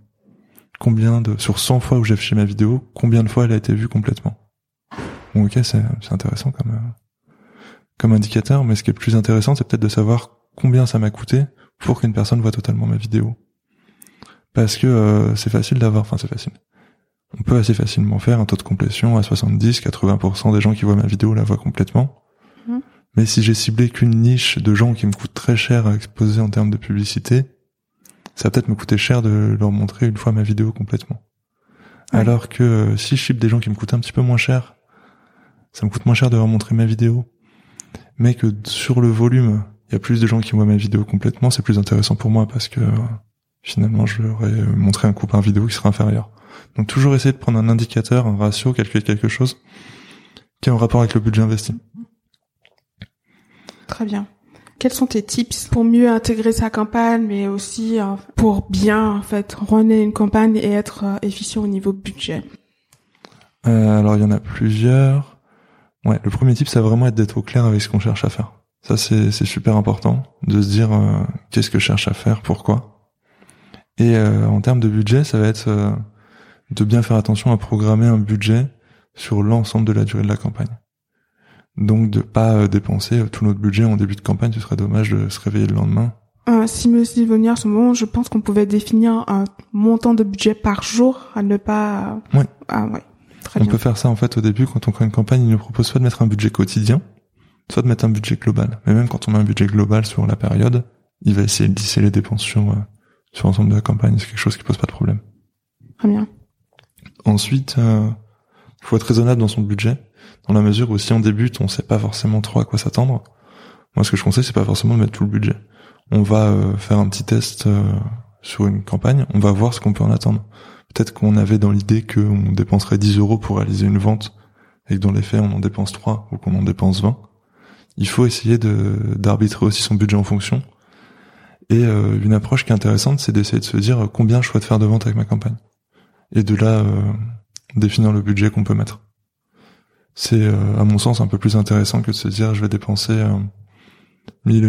sur 100 fois où j'ai affiché ma vidéo, combien de fois elle a été vue complètement? Bon, ok, c'est intéressant comme indicateur, mais ce qui est le plus intéressant, c'est peut-être de savoir combien ça m'a coûté pour qu'une personne voit totalement ma vidéo. Parce que c'est facile. On peut assez facilement faire un taux de complétion à 70-80% des gens qui voient ma vidéo la voient complètement. Mais si j'ai ciblé qu'une niche de gens qui me coûtent très cher à exposer en termes de publicité, ça va peut-être me coûter cher de leur montrer une fois ma vidéo complètement. Ouais. Alors que si je cible des gens qui me coûtent un petit peu moins cher, ça me coûte moins cher de leur montrer ma vidéo, mais que sur le volume, il y a plus de gens qui voient ma vidéo complètement, c'est plus intéressant pour moi parce que finalement, je leur ai montré un coût par vidéo qui sera inférieur. Donc toujours essayer de prendre un indicateur, un ratio, calculer quelque chose qui est en rapport avec le budget investi. Très bien. Quels sont tes tips pour mieux intégrer sa campagne, mais aussi pour bien en fait runner une campagne et être efficient au niveau budget? Alors il y en a plusieurs. Ouais, le premier tip, c'est vraiment d'être au clair avec ce qu'on cherche à faire. Ça c'est super important de se dire qu'est-ce que je cherche à faire, pourquoi. Et en termes de budget, ça va être de bien faire attention à programmer un budget sur l'ensemble de la durée de la campagne. Donc de pas dépenser tout notre budget en début de campagne, ce serait dommage de se réveiller le lendemain. Si me suis venu à ce moment, je pense qu'on pouvait définir un montant de budget par jour à ne pas... Ouais. Ah ouais. Très on bien. peut faire ça en fait au début quand on crée une campagne, il nous propose soit de mettre un budget quotidien, soit de mettre un budget global. Mais même quand on met un budget global sur la période, il va essayer de lisser les dépenses sur l'ensemble de la campagne. C'est quelque chose qui pose pas de problème. Très bien. Ensuite, faut être raisonnable dans son budget, dans la mesure où si on débute, on sait pas forcément trop à quoi s'attendre. Moi, ce que je conseille, c'est pas forcément de mettre tout le budget. On va faire un petit test sur une campagne, on va voir ce qu'on peut en attendre. Peut-être qu'on avait dans l'idée qu'on dépenserait 10 € pour réaliser une vente, et que dans les faits, on en dépense 3 ou qu'on en dépense 20. Il faut essayer d'arbitrer aussi son budget en fonction. Et une approche qui est intéressante, c'est d'essayer de se dire combien je souhaite faire de ventes avec ma campagne. Et de là, définir le budget qu'on peut mettre. C'est, à mon sens, un peu plus intéressant que de se dire je vais dépenser 1000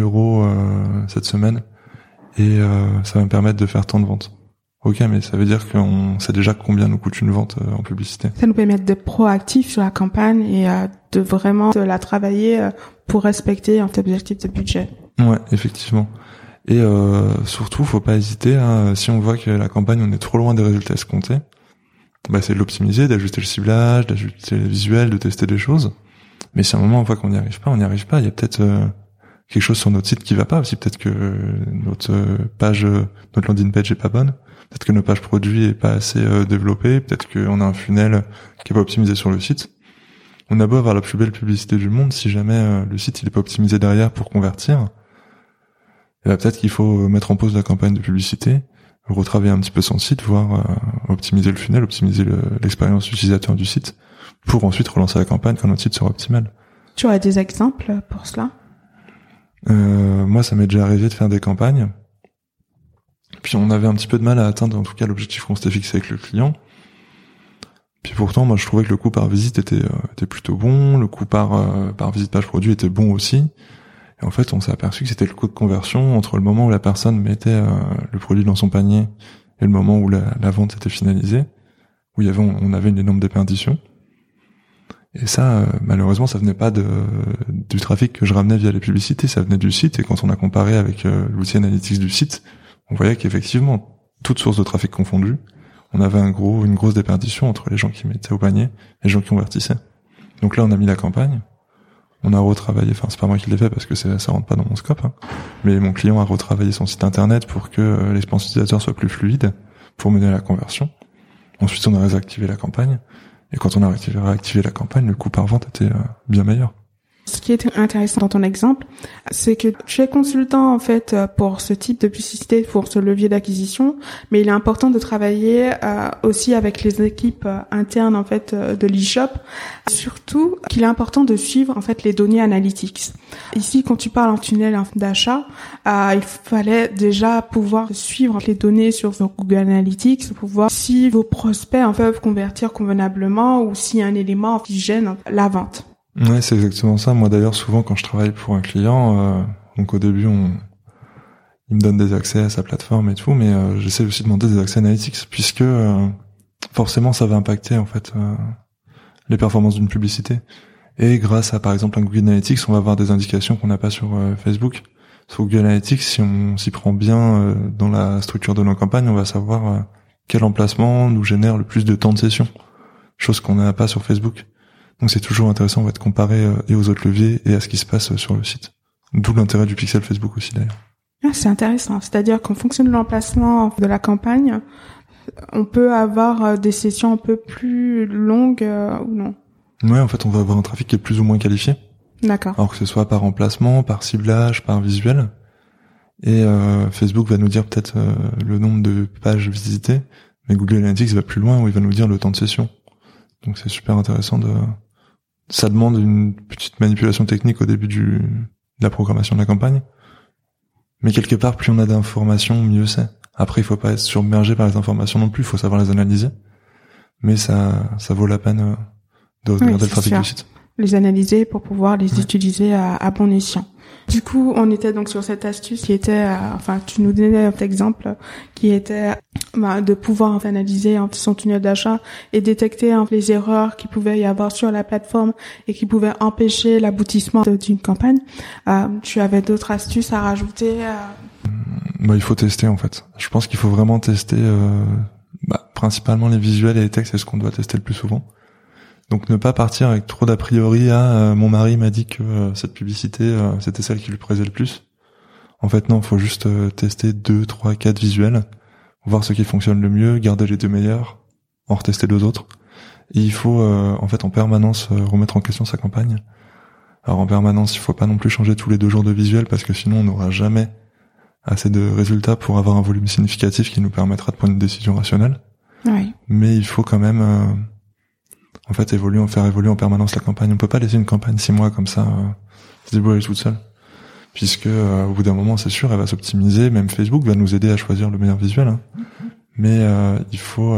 € cette semaine et ça va me permettre de faire tant de ventes. Ok, mais ça veut dire qu'on sait déjà combien nous coûte une vente en publicité. Ça nous permet d'être proactif sur la campagne et de vraiment la travailler pour respecter un objectif de budget. Ouais, effectivement. Et surtout, faut pas hésiter à, si on voit que la campagne, on est trop loin des résultats escomptés, c'est de l'optimiser, d'ajuster le ciblage, d'ajuster les visuels, de tester des choses. Mais si à un moment on voit qu'on n'y arrive pas, on n'y arrive pas. Il y a peut-être quelque chose sur notre site qui va pas aussi. Peut-être que notre landing page est pas bonne. Peut-être que notre page produit est pas assez développée. Peut-être qu'on a un funnel qui est pas optimisé sur le site. On a beau avoir la plus belle publicité du monde, si jamais le site il est pas optimisé derrière pour convertir, peut-être qu'il faut mettre en pause la campagne de publicité, retravailler un petit peu son site, voire optimiser le funnel, optimiser l'expérience utilisateur du site, pour ensuite relancer la campagne quand notre site sera optimal. Tu aurais des exemples pour cela? Moi, ça m'est déjà arrivé de faire des campagnes, puis on avait un petit peu de mal à atteindre en tout cas l'objectif qu'on s'était fixé avec le client. Puis pourtant, moi, je trouvais que le coût par visite était plutôt bon, le coût par visite page produit était bon aussi. Et en fait, on s'est aperçu que c'était le coût de conversion entre le moment où la personne mettait le produit dans son panier et le moment où la vente était finalisée, où on avait une énorme déperdition. Et ça, malheureusement, ça venait pas du trafic que je ramenais via les publicités, ça venait du site. Et quand on a comparé avec l'outil analytics du site, on voyait qu'effectivement, toutes sources de trafic confondues, on avait une grosse déperdition entre les gens qui mettaient au panier et les gens qui convertissaient. Donc là, on a mis la campagne. On a retravaillé, c'est pas moi qui l'ai fait parce que ça rentre pas dans mon scope, mais mon client a retravaillé son site internet pour que l'expérience utilisateur soit plus fluide, pour mener à la conversion. Ensuite, on a réactivé la campagne, et quand on a réactivé la campagne, le coût par vente était bien meilleur. Ce qui est intéressant dans ton exemple, c'est que tu es consultant en fait pour ce type de publicité, pour ce levier d'acquisition, mais il est important de travailler aussi avec les équipes internes en fait de l'e-shop. Surtout qu'il est important de suivre en fait les données analytics. Ici, quand tu parles en tunnel d'achat, il fallait déjà pouvoir suivre les données sur Google Analytics pour voir si vos prospects en fait peuvent convertir convenablement ou s'il y a un élément qui gêne la vente. Ouais, c'est exactement ça. Moi, d'ailleurs, souvent, quand je travaille pour un client, donc au début, il me donne des accès à sa plateforme et tout, mais j'essaie aussi de demander des accès analytics, puisque forcément, ça va impacter en fait les performances d'une publicité. Et grâce à, par exemple, un Google Analytics, on va avoir des indications qu'on n'a pas sur Facebook. Sur Google Analytics, si on s'y prend bien dans la structure de nos campagnes, on va savoir quel emplacement nous génère le plus de temps de session, chose qu'on n'a pas sur Facebook. Donc c'est toujours intéressant, on va être comparé et aux autres leviers et à ce qui se passe sur le site. D'où l'intérêt du pixel Facebook aussi d'ailleurs. Ah, c'est intéressant. C'est-à-dire qu'en fonction de l'emplacement de la campagne, on peut avoir des sessions un peu plus longues ou non? Ouais, en fait, on va avoir un trafic qui est plus ou moins qualifié. D'accord. Alors que ce soit par emplacement, par ciblage, par visuel. Et Facebook va nous dire peut-être le nombre de pages visitées, mais Google Analytics va plus loin où il va nous dire le temps de session. Donc c'est super intéressant ça demande une petite manipulation technique au début de la programmation de la campagne. Mais quelque part, plus on a d'informations, mieux c'est. Après, il faut pas être submergé par les informations non plus, il faut savoir les analyser. Mais ça vaut la peine de regarder le trafic du site. Les analyser pour pouvoir les utiliser à bon escient. Du coup, on était donc sur cette astuce qui était, tu nous donnais un exemple qui était de pouvoir analyser son tunnel d'achat et détecter les erreurs qu'il pouvait y avoir sur la plateforme et qui pouvaient empêcher l'aboutissement d'une campagne. Tu avais d'autres astuces à rajouter? Il faut tester en fait. Je pense qu'il faut vraiment tester principalement les visuels et les textes, c'est ce qu'on doit tester le plus souvent. Donc ne pas partir avec trop d'a priori mon mari m'a dit que cette publicité c'était celle qui lui plaisait le plus. En fait non, faut juste tester 2, 3, 4 visuels, voir ce qui fonctionne le mieux, garder les 2 meilleurs, en retester 2 autres. Et il faut en permanence remettre en question sa campagne. Alors en permanence, il faut pas non plus changer tous les 2 jours de visuel parce que sinon on n'aura jamais assez de résultats pour avoir un volume significatif qui nous permettra de prendre une décision rationnelle. Oui. Mais il faut quand même faire évoluer en permanence la campagne. On peut pas laisser une campagne 6 mois comme ça se débrouiller toute seule. Puisque au bout d'un moment, c'est sûr, elle va s'optimiser. Même Facebook va nous aider à choisir le meilleur visuel. Hein. Mais il faut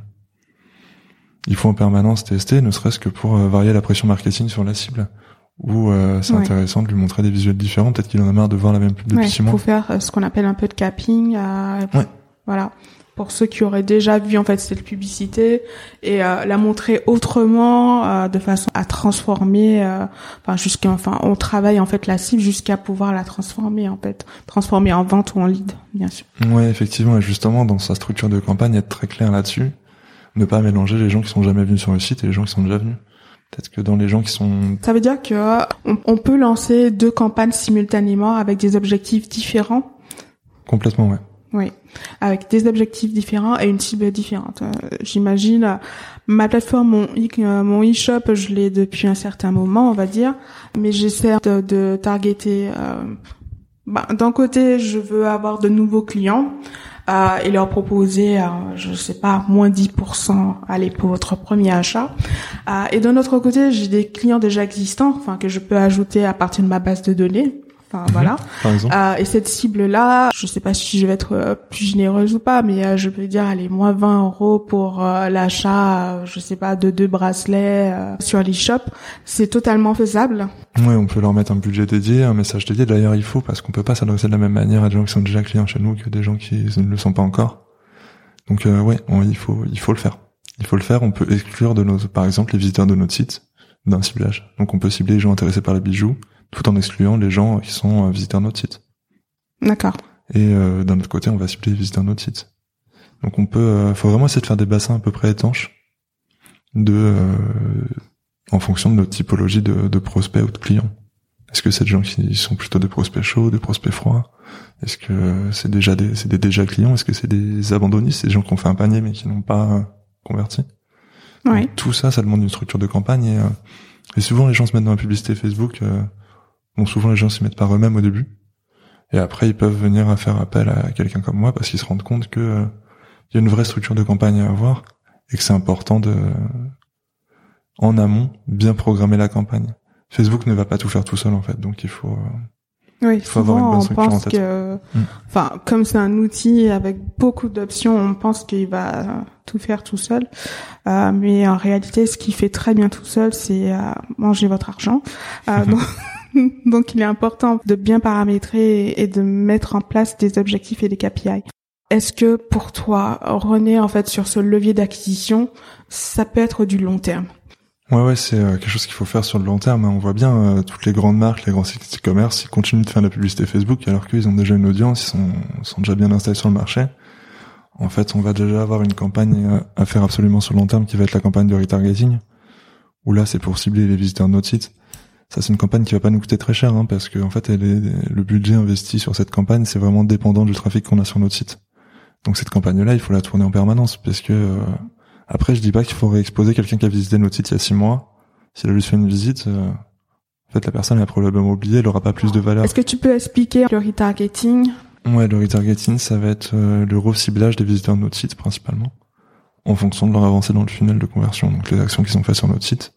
en permanence tester, ne serait-ce que pour varier la pression marketing sur la cible. Ou c'est intéressant de lui montrer des visuels différents. Peut-être qu'il en a marre de voir la même pub depuis 6 mois. Il faut faire ce qu'on appelle un peu de capping. Voilà. Pour ceux qui auraient déjà vu cette publicité et la montrer autrement de façon à transformer on travaille la cible jusqu'à pouvoir la transformer en vente ou en lead, bien sûr. Ouais, effectivement, et justement dans sa structure de campagne être très clair là-dessus, ne pas mélanger les gens qui sont jamais venus sur le site et les gens qui sont déjà venus. Peut-être que dans les gens qui sont... Ça veut dire que on peut lancer 2 campagnes simultanément avec des objectifs différents? Complètement, ouais. Oui, avec des objectifs différents et une cible différente. J'imagine, ma plateforme, mon e-shop, je l'ai depuis un certain moment, on va dire, mais j'essaie de targeter. D'un côté, je veux avoir de nouveaux clients et leur proposer, moins 10% allez pour votre premier achat. Et d'un autre côté, j'ai des clients déjà existants, que je peux ajouter à partir de ma base de données. Voilà. Par exemple. Et cette cible-là, je sais pas si je vais être plus généreuse ou pas, mais je peux dire, allez, moins 20 € pour l'achat, de 2 bracelets sur l'e-shop. C'est totalement faisable. Ouais, on peut leur mettre un budget dédié, un message dédié. D'ailleurs, il faut, parce qu'on peut pas s'adresser de la même manière à des gens qui sont déjà clients chez nous que des gens qui ne le sont pas encore. Donc, il faut le faire. Il faut le faire. On peut exclure par exemple, les visiteurs de notre site d'un ciblage. Donc, on peut cibler les gens intéressés par les bijoux, tout en excluant les gens qui sont visiteurs de notre site. D'accord. Et d'un autre côté, on va cibler les visiteurs de notre site. Donc faut vraiment essayer de faire des bassins à peu près étanches en fonction de notre typologie de prospects ou de clients. Est-ce que c'est des gens qui sont plutôt des prospects chauds, des prospects froids? Est-ce que c'est des déjà clients? Est-ce que c'est des abandonnistes, des gens qui ont fait un panier mais qui n'ont pas converti? Oui. Donc, tout ça demande une structure de campagne et souvent les gens se mettent dans la publicité Facebook. Souvent les gens s'y mettent par eux-mêmes au début. Et après, ils peuvent venir à faire appel à quelqu'un comme moi parce qu'ils se rendent compte que il y a une vraie structure de campagne à avoir et que c'est important en amont, bien programmer la campagne. Facebook ne va pas tout faire tout seul, en fait. Donc, il faut avoir une bonne structure en tête. Comme c'est un outil avec beaucoup d'options, on pense qu'il va tout faire tout seul. Mais en réalité, ce qu'il fait très bien tout seul, c'est manger votre argent. Donc, il est important de bien paramétrer et de mettre en place des objectifs et des KPI. Est-ce que pour toi, René, sur ce levier d'acquisition, ça peut être du long terme? Ouais, c'est quelque chose qu'il faut faire sur le long terme. On voit bien toutes les grandes marques, les grands sites e-commerce, ils continuent de faire de la publicité Facebook alors qu'ils ont déjà une audience, ils sont déjà bien installés sur le marché. En fait, on va déjà avoir une campagne à faire absolument sur le long terme qui va être la campagne de retargeting, où là, c'est pour cibler les visiteurs de notre site. Ça, c'est une campagne qui va pas nous coûter très cher, parce que en fait, le budget investi sur cette campagne, c'est vraiment dépendant du trafic qu'on a sur notre site. Donc cette campagne-là, il faut la tourner en permanence, parce que après, je dis pas qu'il faut réexposer quelqu'un qui a visité notre site il y a 6 mois. S'il a juste fait une visite, en fait, la personne elle a probablement oublié, elle aura pas plus de valeur. Est-ce que tu peux expliquer le retargeting? Ouais, le retargeting, ça va être le reciblage des visiteurs de notre site principalement, en fonction de leur avancée dans le funnel de conversion, donc les actions qu'ils ont faites sur notre site.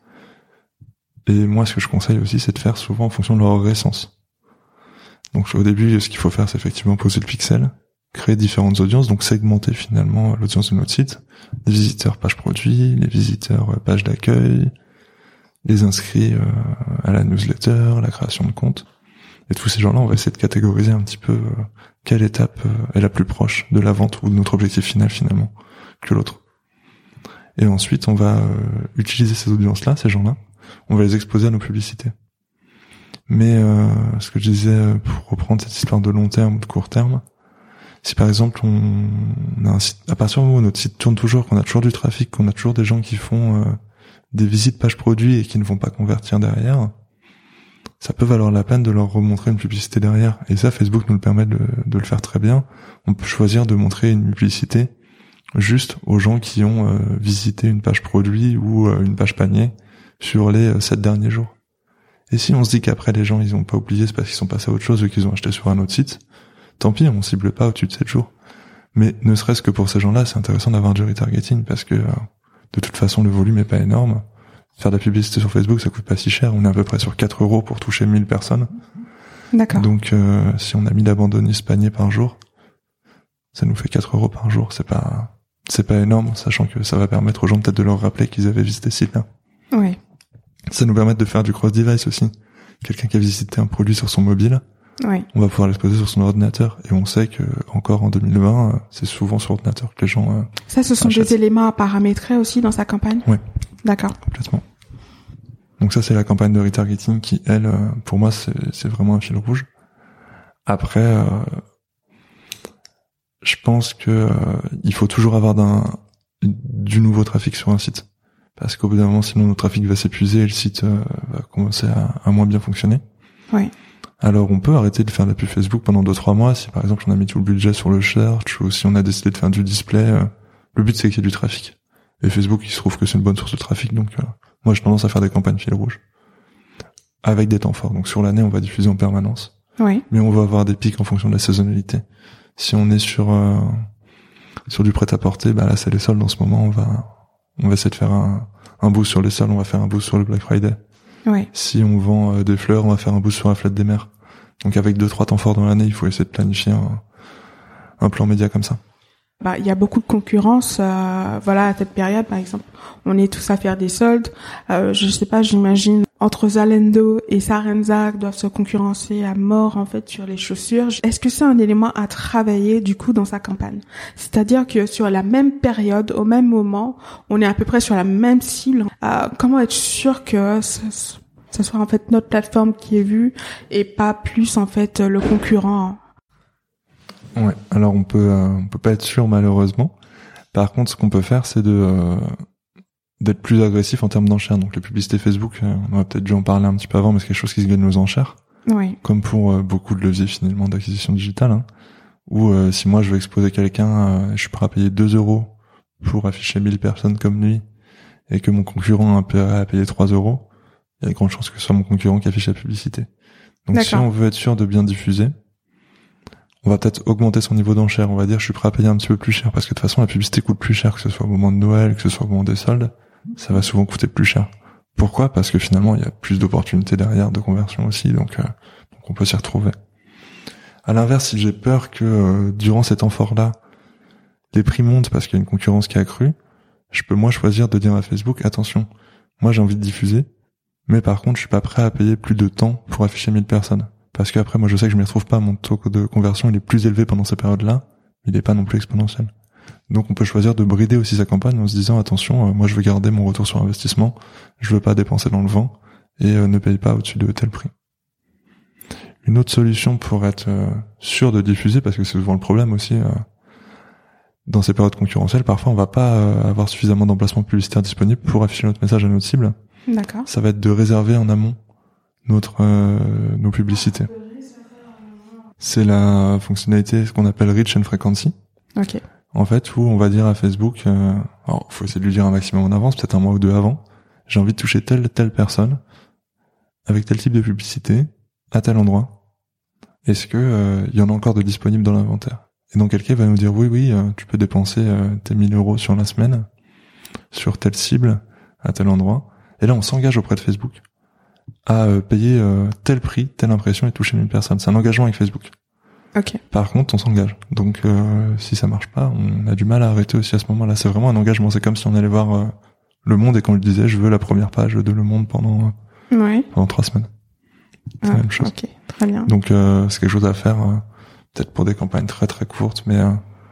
Et moi, ce que je conseille aussi, c'est de faire souvent en fonction de leur récence. Donc au début, ce qu'il faut faire, c'est effectivement poser le pixel, créer différentes audiences, donc segmenter finalement l'audience de notre site, les visiteurs page produit, les visiteurs page d'accueil, les inscrits à la newsletter, la création de compte. Et tous ces gens-là, on va essayer de catégoriser un petit peu quelle étape est la plus proche de la vente ou de notre objectif final finalement que l'autre. Et ensuite, on va utiliser ces audiences-là, ces gens-là, on va les exposer à nos publicités. Mais ce que je disais, pour reprendre cette histoire de long terme ou de court terme, si par exemple on a un site, à partir du moment où notre site tourne toujours, qu'on a toujours du trafic, qu'on a toujours des gens qui font des visites page produit et qui ne vont pas convertir derrière, ça peut valoir la peine de leur remontrer une publicité derrière. Et ça, Facebook nous le permet de le faire très bien. On peut choisir de montrer une publicité juste aux gens qui ont visité une page produit ou une page panier sur les 7 derniers jours. Et si on se dit qu'après les gens ils ont pas oublié, c'est parce qu'ils sont passés à autre chose ou qu'ils ont acheté sur un autre site, tant pis, on cible pas au-dessus de 7 jours. Mais ne serait-ce que pour ces gens-là, c'est intéressant d'avoir du retargeting parce que de toute façon le volume est pas énorme. Faire de la publicité sur Facebook, ça coûte pas si cher. On est à peu près sur 4 € pour toucher 1000 personnes. D'accord. Donc si on a 1000 abandonnistes paniers par jour, ça nous fait 4 € par jour. C'est pas énorme, sachant que ça va permettre aux gens peut-être de leur rappeler qu'ils avaient visité ce site-là. Oui. Ça nous permet de faire du cross-device aussi. Quelqu'un qui a visité un produit sur son mobile, oui, on va pouvoir l'exposer sur son ordinateur. Et on sait que encore en 2020, c'est souvent sur ordinateur que les gens ça, ce sont achètent. des éléments à paramétrer aussi dans sa campagne? Oui. D'accord. Complètement. Donc ça, c'est la campagne de retargeting qui, elle, pour moi, c'est vraiment un fil rouge. Après, je pense que il faut toujours avoir du nouveau trafic sur un site. Parce qu'au bout d'un moment, sinon, notre trafic va s'épuiser et le site va commencer à moins bien fonctionner. Oui. Alors, on peut arrêter de faire de la pub Facebook pendant 2-3 mois si, par exemple, on a mis tout le budget sur le search ou si on a décidé de faire du display. Le but, c'est qu'il y ait du trafic. Et Facebook, il se trouve que c'est une bonne source de trafic, donc moi, j'ai tendance à faire des campagnes fil rouge. Avec des temps forts. Donc, sur l'année, on va diffuser en permanence. Oui. Mais on va avoir des pics en fonction de la saisonnalité. Si on est sur du prêt-à-porter, bah là, c'est les soldes en ce moment, on va essayer de faire un boost sur les soldes, on va faire un boost sur le Black Friday. Oui. Si on vend des fleurs, on va faire un boost sur la fête des mères. Donc avec 2-3 temps forts dans l'année, il faut essayer de planifier un plan média comme ça. Bah, il y a beaucoup de concurrence, voilà, à cette période, par exemple. On est tous à faire des soldes. Je sais pas, j'imagine, entre Zalando et Sarenza doivent se concurrencer à mort, en fait, sur les chaussures. Est-ce que c'est un élément à travailler, du coup, dans sa campagne? C'est-à-dire que sur la même période, au même moment, on est à peu près sur la même cible. Comment être sûr que ça soit, en fait, notre plateforme qui est vue et pas plus, en fait, le concurrent? Ouais. Alors, on peut pas être sûr, malheureusement. Par contre, ce qu'on peut faire, c'est d'être plus agressif en termes d'enchères. Donc les publicités Facebook, on aurait peut-être dû en parler un petit peu avant, mais c'est quelque chose qui se gagne aux enchères. Oui. Comme pour beaucoup de leviers finalement d'acquisition digitale. Ou si moi je veux exposer quelqu'un, je suis prêt à payer 2 € pour afficher 1000 personnes comme lui, et que mon concurrent a intérêt à payer 3 €, il y a de grandes chances que ce soit mon concurrent qui affiche la publicité. Donc D'accord. si on veut être sûr de bien diffuser, on va peut-être augmenter son niveau d'enchère. On va dire je suis prêt à payer un petit peu plus cher, parce que de toute façon la publicité coûte plus cher, que ce soit au moment de Noël, que ce soit au moment des soldes. Ça va souvent coûter plus cher. Pourquoi? Parce que finalement, il y a plus d'opportunités derrière de conversion aussi, donc on peut s'y retrouver. À l'inverse, si j'ai peur que durant cet effort-là, les prix montent parce qu'il y a une concurrence qui a accrue, je peux moi choisir de dire à Facebook, attention, moi j'ai envie de diffuser, mais par contre, je suis pas prêt à payer plus de temps pour afficher 1000 personnes. Parce qu'après, moi je sais que je m'y retrouve pas, mon taux de conversion il est plus élevé pendant ces périodes-là, il est pas non plus exponentiel. Donc on peut choisir de brider aussi sa campagne en se disant attention, moi je veux garder mon retour sur investissement, je veux pas dépenser dans le vent et ne paye pas au-dessus de tel prix. Une autre solution pour être sûr de diffuser, parce que c'est souvent le problème aussi dans ces périodes concurrentielles, parfois on va pas avoir suffisamment d'emplacements publicitaires disponibles pour afficher notre message à notre cible. D'accord. Ça va être de réserver en amont nos publicités. C'est la fonctionnalité ce qu'on appelle Reach and Frequency. Ok. En fait, où on va dire à Facebook, alors faut essayer de lui dire un maximum en avance, peut-être un mois ou deux avant, j'ai envie de toucher telle personne avec tel type de publicité à tel endroit. Est-ce que il y en a encore de disponibles dans l'inventaire? Et donc quelqu'un va nous dire oui, tu peux dépenser tes 1 000 € sur la semaine sur telle cible à tel endroit. Et là, on s'engage auprès de Facebook à payer tel prix, telle impression et toucher 1000 personnes. C'est un engagement avec Facebook. Ok. Par contre, on s'engage. Donc, si ça marche pas, on a du mal à arrêter aussi à ce moment-là. C'est vraiment un engagement. C'est comme si on allait voir Le Monde et qu'on lui disait, je veux la première page de Le Monde pendant 3 semaines. C'est la même chose. Ok, très bien. Donc, c'est quelque chose à faire, peut-être pour des campagnes très très courtes, mais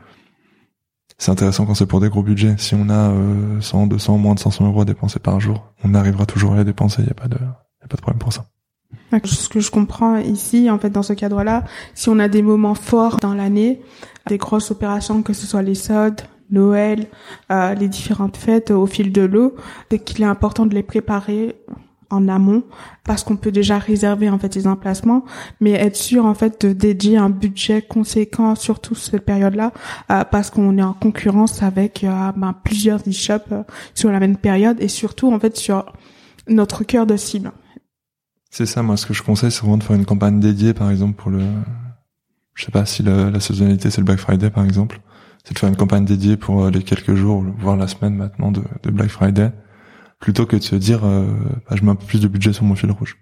c'est intéressant quand c'est pour des gros budgets. Si on a 100, 200, moins de 500 € à dépenser par jour, on arrivera toujours à les dépenser. Il y a pas de problème pour ça. Ce que je comprends ici, en fait, dans ce cadre-là, si on a des moments forts dans l'année, des grosses opérations, que ce soit les soldes, Noël, les différentes fêtes au fil de l'eau, c'est qu'il est important de les préparer en amont, parce qu'on peut déjà réserver en fait les emplacements, mais être sûr en fait de dédier un budget conséquent surtout cette période-là, parce qu'on est en concurrence avec plusieurs e-shops sur la même période et surtout en fait sur notre cœur de cible. C'est ça, moi ce que je conseille c'est vraiment de faire une campagne dédiée par exemple pour je sais pas si la saisonnalité c'est le Black Friday par exemple, c'est de faire une campagne dédiée pour les quelques jours, voire la semaine maintenant de Black Friday, plutôt que de se dire je mets un peu plus de budget sur mon fil rouge.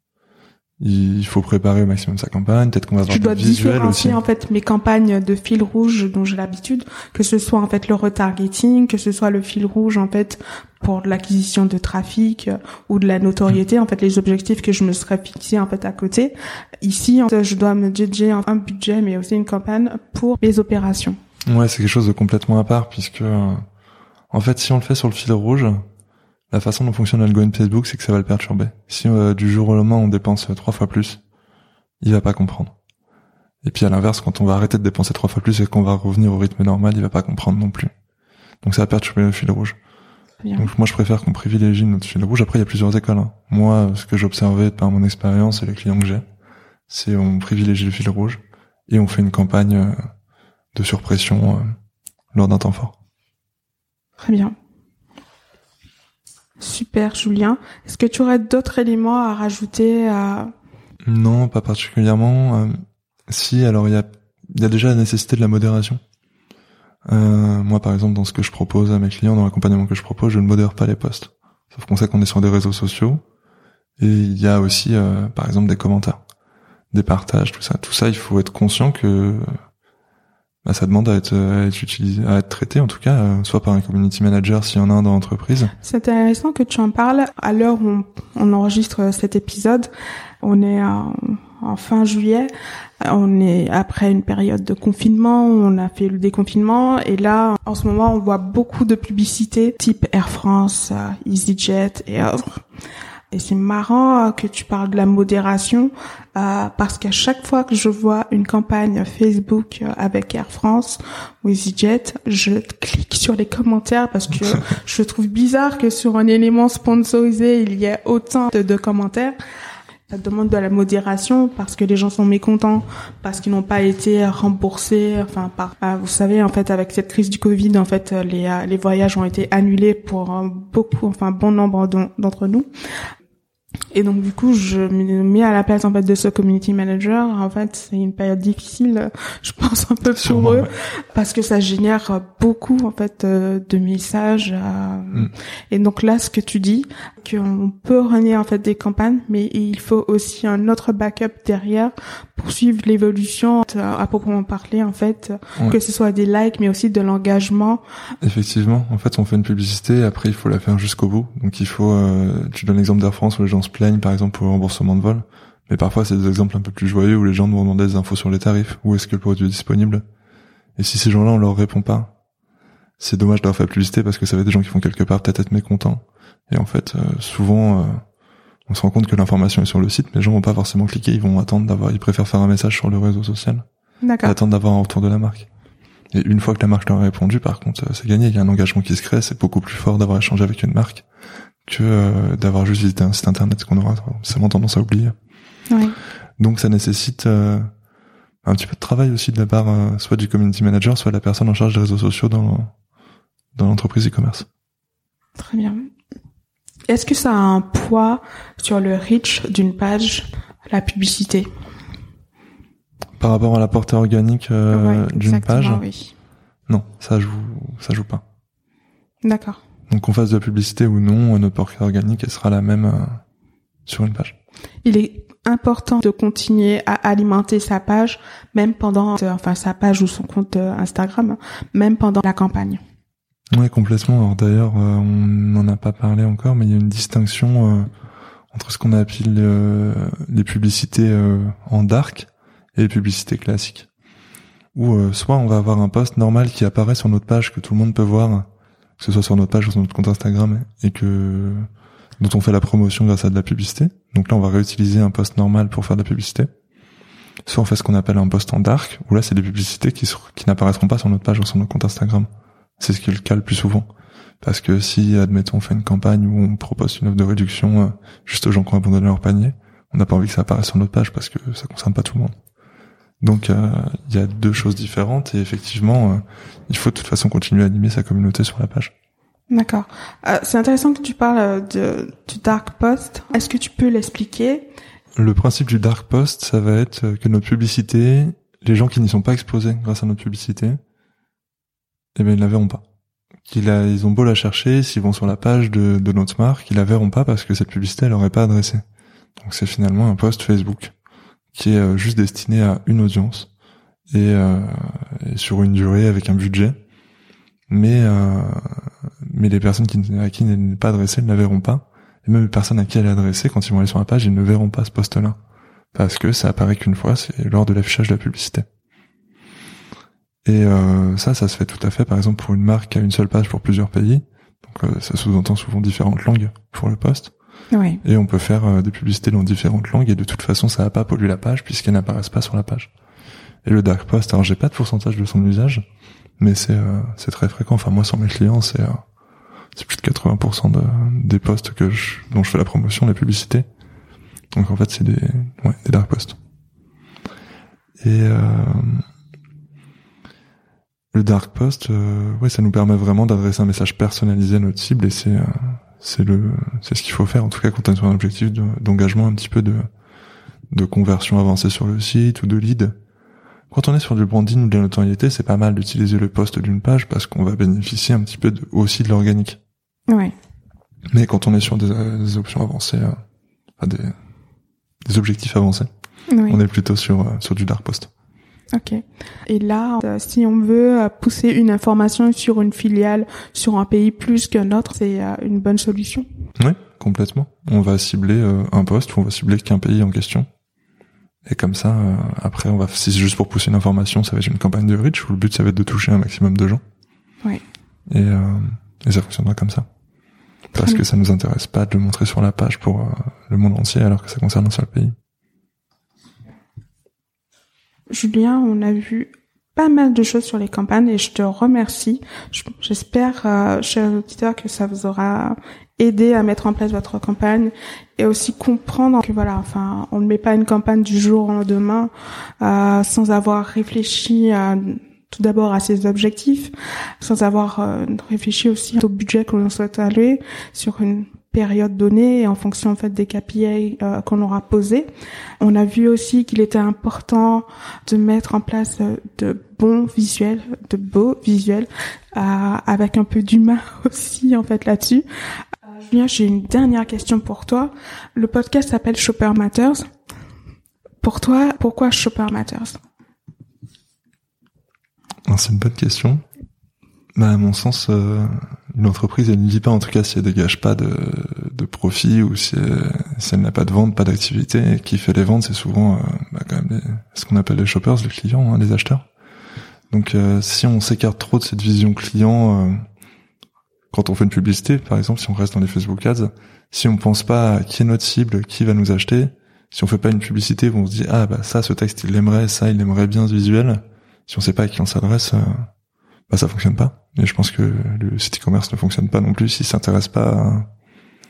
Il faut préparer au maximum sa campagne, peut-être qu'on va avoir des visuels aussi. Je dois différencier en fait mes campagnes de fil rouge dont j'ai l'habitude, que ce soit en fait le retargeting, que ce soit le fil rouge en fait pour l'acquisition de trafic ou de la notoriété, en fait les objectifs que je me serais fixés en fait à côté. Ici, en fait, je dois me dédier un budget mais aussi une campagne pour les opérations. Ouais, c'est quelque chose de complètement à part puisque en fait si on le fait sur le fil rouge, la façon dont fonctionne l'algorithme Facebook, c'est que ça va le perturber. Si du jour au lendemain on dépense 3 fois plus, il va pas comprendre. Et puis à l'inverse, quand on va arrêter de dépenser 3 fois plus et qu'on va revenir au rythme normal, il va pas comprendre non plus. Donc ça va perturber le fil rouge. Bien. Donc moi je préfère qu'on privilégie notre fil rouge. Après il y a plusieurs écoles. Hein. Moi, ce que j'ai observé par mon expérience et les clients que j'ai, c'est on privilégie le fil rouge et on fait une campagne de surpression lors d'un temps fort. Très bien. Super, Julien. Est-ce que tu aurais d'autres éléments à rajouter Non, pas particulièrement. Si, alors il y a déjà la nécessité de la modération. Moi, par exemple, dans ce que je propose à mes clients, dans l'accompagnement que je propose, je ne modère pas les posts. Sauf qu'on sait qu'on est sur des réseaux sociaux. Et il y a aussi, par exemple, des commentaires, des partages, tout ça. Tout ça, il faut être conscient que ça demande à être utilisé, à être traité en tout cas, soit par un community manager s'il y en a un dans l'entreprise. C'est intéressant que tu en parles. À l'heure où on enregistre cet épisode, on est en fin juillet. On est après une période de confinement, on a fait le déconfinement et là, en ce moment, on voit beaucoup de publicités type Air France, EasyJet et autres. Et c'est marrant que tu parles de la modération parce qu'à chaque fois que je vois une campagne Facebook avec Air France ou EasyJet, je clique sur les commentaires parce que je trouve bizarre que sur un élément sponsorisé, il y ait autant de commentaires. Ça demande de la modération parce que les gens sont mécontents, parce qu'ils n'ont pas été remboursés. Vous savez, en fait, avec cette crise du Covid, en fait, les voyages ont été annulés pour bon nombre d'entre nous. Et donc du coup, je me mets à la place en fait de ce community manager. En fait, c'est une période difficile, je pense un peu pour eux, parce que ça génère beaucoup en fait de messages. Et donc là, ce que tu dis, qu'on peut runner en fait des campagnes, mais il faut aussi un autre backup derrière pour suivre l'évolution à proprement parler en fait, que ce soit des likes, mais aussi de l'engagement. Effectivement, en fait, on fait une publicité, après il faut la faire jusqu'au bout. Donc il faut, tu donnes l'exemple d'Air France où les gens se plaignent par exemple pour le remboursement de vol, mais parfois c'est des exemples un peu plus joyeux où les gens nous demandent des infos sur les tarifs, où est-ce que le produit est disponible. Et si ces gens-là on leur répond pas, c'est dommage d'avoir fait la publicité parce que ça va être des gens qui vont quelque part peut-être être mécontents. Et en fait, souvent, on se rend compte que l'information est sur le site, mais les gens vont pas forcément cliquer, ils préfèrent faire un message sur le réseau social. D'accord. Et attendre d'avoir un retour de la marque. Et une fois que la marque leur a répondu, par contre, c'est gagné, il y a un engagement qui se crée, c'est beaucoup plus fort d'avoir échangé avec une marque que d'avoir juste visité un site internet, ce qu'on aura forcément tendance à oublier. Ouais. Donc ça nécessite un petit peu de travail aussi de la part soit du community manager, soit de la personne en charge des réseaux sociaux dans l'entreprise e-commerce. Très bien. Est-ce que ça a un poids sur le reach d'une page, la publicité? Par rapport à la portée organique d'une page, oui. Non, ça joue pas. D'accord. Donc qu'on fasse de la publicité ou non, notre portée organique elle sera la même sur une page. Il est important de continuer à alimenter sa page, même pendant, sa page ou son compte Instagram, même pendant la campagne. Oui, complètement. Alors d'ailleurs, on n'en a pas parlé encore, mais il y a une distinction entre ce qu'on appelle les publicités en dark et les publicités classiques. Où soit on va avoir un post normal qui apparaît sur notre page que tout le monde peut voir, que ce soit sur notre page ou sur notre compte Instagram, et dont on fait la promotion grâce à de la publicité. Donc là, on va réutiliser un post normal pour faire de la publicité. Soit on fait ce qu'on appelle un post en dark, où là, c'est des publicités qui n'apparaîtront pas sur notre page ou sur notre compte Instagram. C'est ce qui est le cas le plus souvent. Parce que si, admettons, on fait une campagne où on propose une offre de réduction juste aux gens qui ont abandonné leur panier, on n'a pas envie que ça apparaisse sur notre page parce que ça concerne pas tout le monde. Donc il y a deux choses différentes et effectivement, il faut de toute façon continuer à animer sa communauté sur la page. D'accord. C'est intéressant que tu parles du dark post. Est-ce que tu peux l'expliquer? Le principe du dark post, ça va être que notre publicité, les gens qui n'y sont pas exposés grâce à notre publicité, eh ben ils la verront pas. Ils ont beau la chercher, s'ils vont sur la page de notre marque, ils la verront pas parce que cette publicité elle leur est pas adressée. Donc c'est finalement un post Facebook qui est juste destiné à une audience et sur une durée avec un budget. Mais les personnes à qui elle n'est pas adressée ne la verront pas. Et même les personnes à qui elle est adressée, quand ils vont aller sur la page, ils ne verront pas ce post-là. Parce que ça apparaît qu'une fois, c'est lors de l'affichage de la publicité. Et ça se fait tout à fait, par exemple, pour une marque qui a une seule page pour plusieurs pays. Donc ça sous-entend souvent différentes langues pour le post. Oui. Et on peut faire des publicités dans différentes langues, et de toute façon, ça va pas polluer la page, puisqu'elles n'apparaissent pas sur la page. Et le dark post, alors j'ai pas de pourcentage de son usage, mais c'est très fréquent. Enfin, moi, sur mes clients, c'est plus de 80% des posts dont je fais la promotion, les publicités. Donc en fait, c'est des dark posts. Et le dark post, ça nous permet vraiment d'adresser un message personnalisé à notre cible, et c'est ce qu'il faut faire, en tout cas quand on est sur un objectif d'engagement, un petit peu de conversion avancée sur le site ou de lead. Quand on est sur du branding ou de la notoriété, c'est pas mal d'utiliser le post d'une page parce qu'on va bénéficier un petit peu aussi de l'organique. Ouais. Mais quand on est sur des options avancées, des objectifs avancés, on est plutôt sur du dark post. Ok. Et là, si on veut pousser une information sur une filiale, sur un pays plus qu'un autre, c'est une bonne solution? Oui, complètement. On va cibler un poste, on va cibler qu'un pays en question. Et comme ça, après, si c'est juste pour pousser une information, ça va être une campagne de reach, où le but, ça va être de toucher un maximum de gens. Oui. Et ça fonctionnera comme ça. Parce que ça nous intéresse pas de le montrer sur la page pour le monde entier, alors que ça concerne un seul pays. Julien, on a vu pas mal de choses sur les campagnes et je te remercie. J'espère, chers auditeurs, que ça vous aura aidé à mettre en place votre campagne et aussi comprendre que on ne met pas une campagne du jour au lendemain sans avoir réfléchi tout d'abord à ses objectifs, sans avoir réfléchi aussi au budget que l'on souhaite allouer sur une période donnée et en fonction des KPI qu'on aura posés. On a vu aussi qu'il était important de mettre en place de beaux visuels avec un peu d'humain aussi là-dessus. Julien, j'ai une dernière question pour toi. Le podcast s'appelle Shopper Matters. Pour toi, pourquoi Shopper Matters? C'est une bonne question. À mon sens, une entreprise, elle ne vit pas, en tout cas, si elle dégage pas de profit ou si elle n'a pas de vente, pas d'activité. Et qui fait les ventes, c'est souvent quand même ce qu'on appelle les shoppers, les clients, les acheteurs. Donc, si on s'écarte trop de cette vision client, quand on fait une publicité, par exemple, si on reste dans les Facebook Ads, si on pense pas à qui est notre cible, qui va nous acheter, si on fait pas une publicité où on se dit ça, ce texte, il l'aimerait, ça, il aimerait bien ce visuel. Si on sait pas à qui on s'adresse, ça fonctionne pas. Et je pense que le site e-commerce ne fonctionne pas non plus s'il s'intéresse pas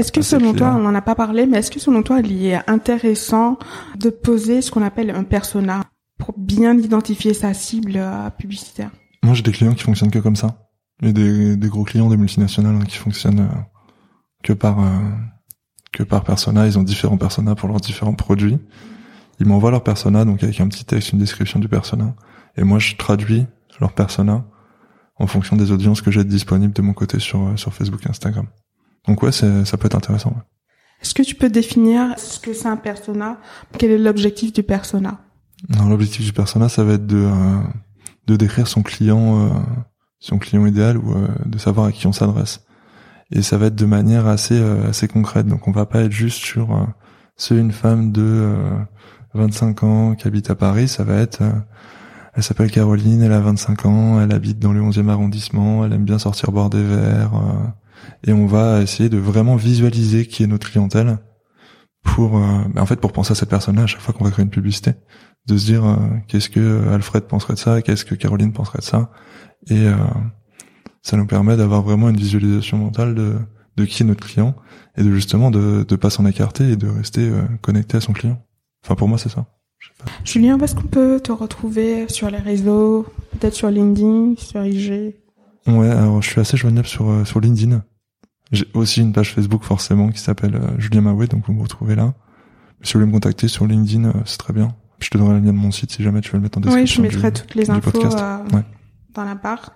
Est-ce que selon toi, on n'en a pas parlé, mais est-ce que selon toi, il est intéressant de poser ce qu'on appelle un persona pour bien identifier sa cible publicitaire? Moi, j'ai des clients qui fonctionnent que comme ça. Et des gros clients, des multinationales qui fonctionnent que par persona. Ils ont différents personas pour leurs différents produits. Ils m'envoient leur persona, donc avec un petit texte, une description du persona. Et moi, je traduis leur persona en fonction des audiences que j'ai disponibles de mon côté sur Facebook et Instagram. Donc ouais, ça peut être intéressant. Ouais. Est-ce que tu peux définir ce que c'est un persona? Quel est l'objectif du persona? Alors, l'objectif du persona, ça va être de décrire son client idéal ou de savoir à qui on s'adresse. Et ça va être de manière assez concrète. Donc on va pas être juste sur c'est une femme de 25 ans qui habite à Paris. Ça va être elle s'appelle Caroline, elle a 25 ans, elle habite dans le 11e arrondissement, elle aime bien sortir boire des verres. Et on va essayer de vraiment visualiser qui est notre clientèle pour penser à cette personne-là à chaque fois qu'on va créer une publicité. De se dire qu'est-ce que Alfred penserait de ça, qu'est-ce que Caroline penserait de ça. Et ça nous permet d'avoir vraiment une visualisation mentale de qui est notre client et de justement de pas s'en écarter et de rester connecté à son client. Enfin, pour moi, c'est ça. Julien, où est-ce qu'on peut te retrouver sur les réseaux, peut-être sur LinkedIn, sur IG? Ouais, alors je suis assez joignable sur LinkedIn. J'ai aussi une page Facebook forcément qui s'appelle Julien Maouet, donc vous me retrouvez là. Si vous voulez me contacter sur LinkedIn, c'est très bien. Je te donnerai le lien de mon site si jamais tu veux le mettre en description. Oui, je mettrai toutes les infos dans la barre.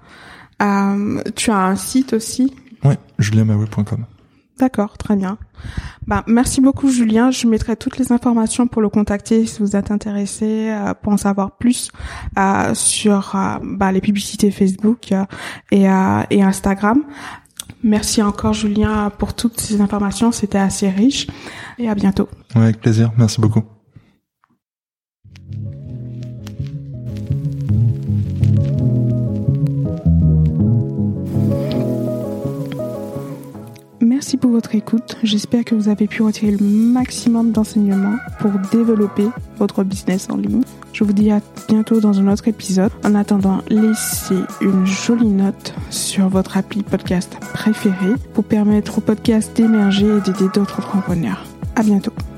Tu as un site aussi? Oui, julienmaouet.com. D'accord, très bien. Merci beaucoup Julien. Je mettrai toutes les informations pour le contacter si vous êtes intéressé pour en savoir plus sur les publicités Facebook et Instagram. Merci encore Julien pour toutes ces informations, c'était assez riche et à bientôt. Ouais, avec plaisir, merci beaucoup. Merci pour votre écoute. J'espère que vous avez pu retirer le maximum d'enseignements pour développer votre business en ligne. Je vous dis à bientôt dans un autre épisode. En attendant, laissez une jolie note sur votre appli podcast préféré pour permettre au podcast d'émerger et d'aider d'autres entrepreneurs. À bientôt.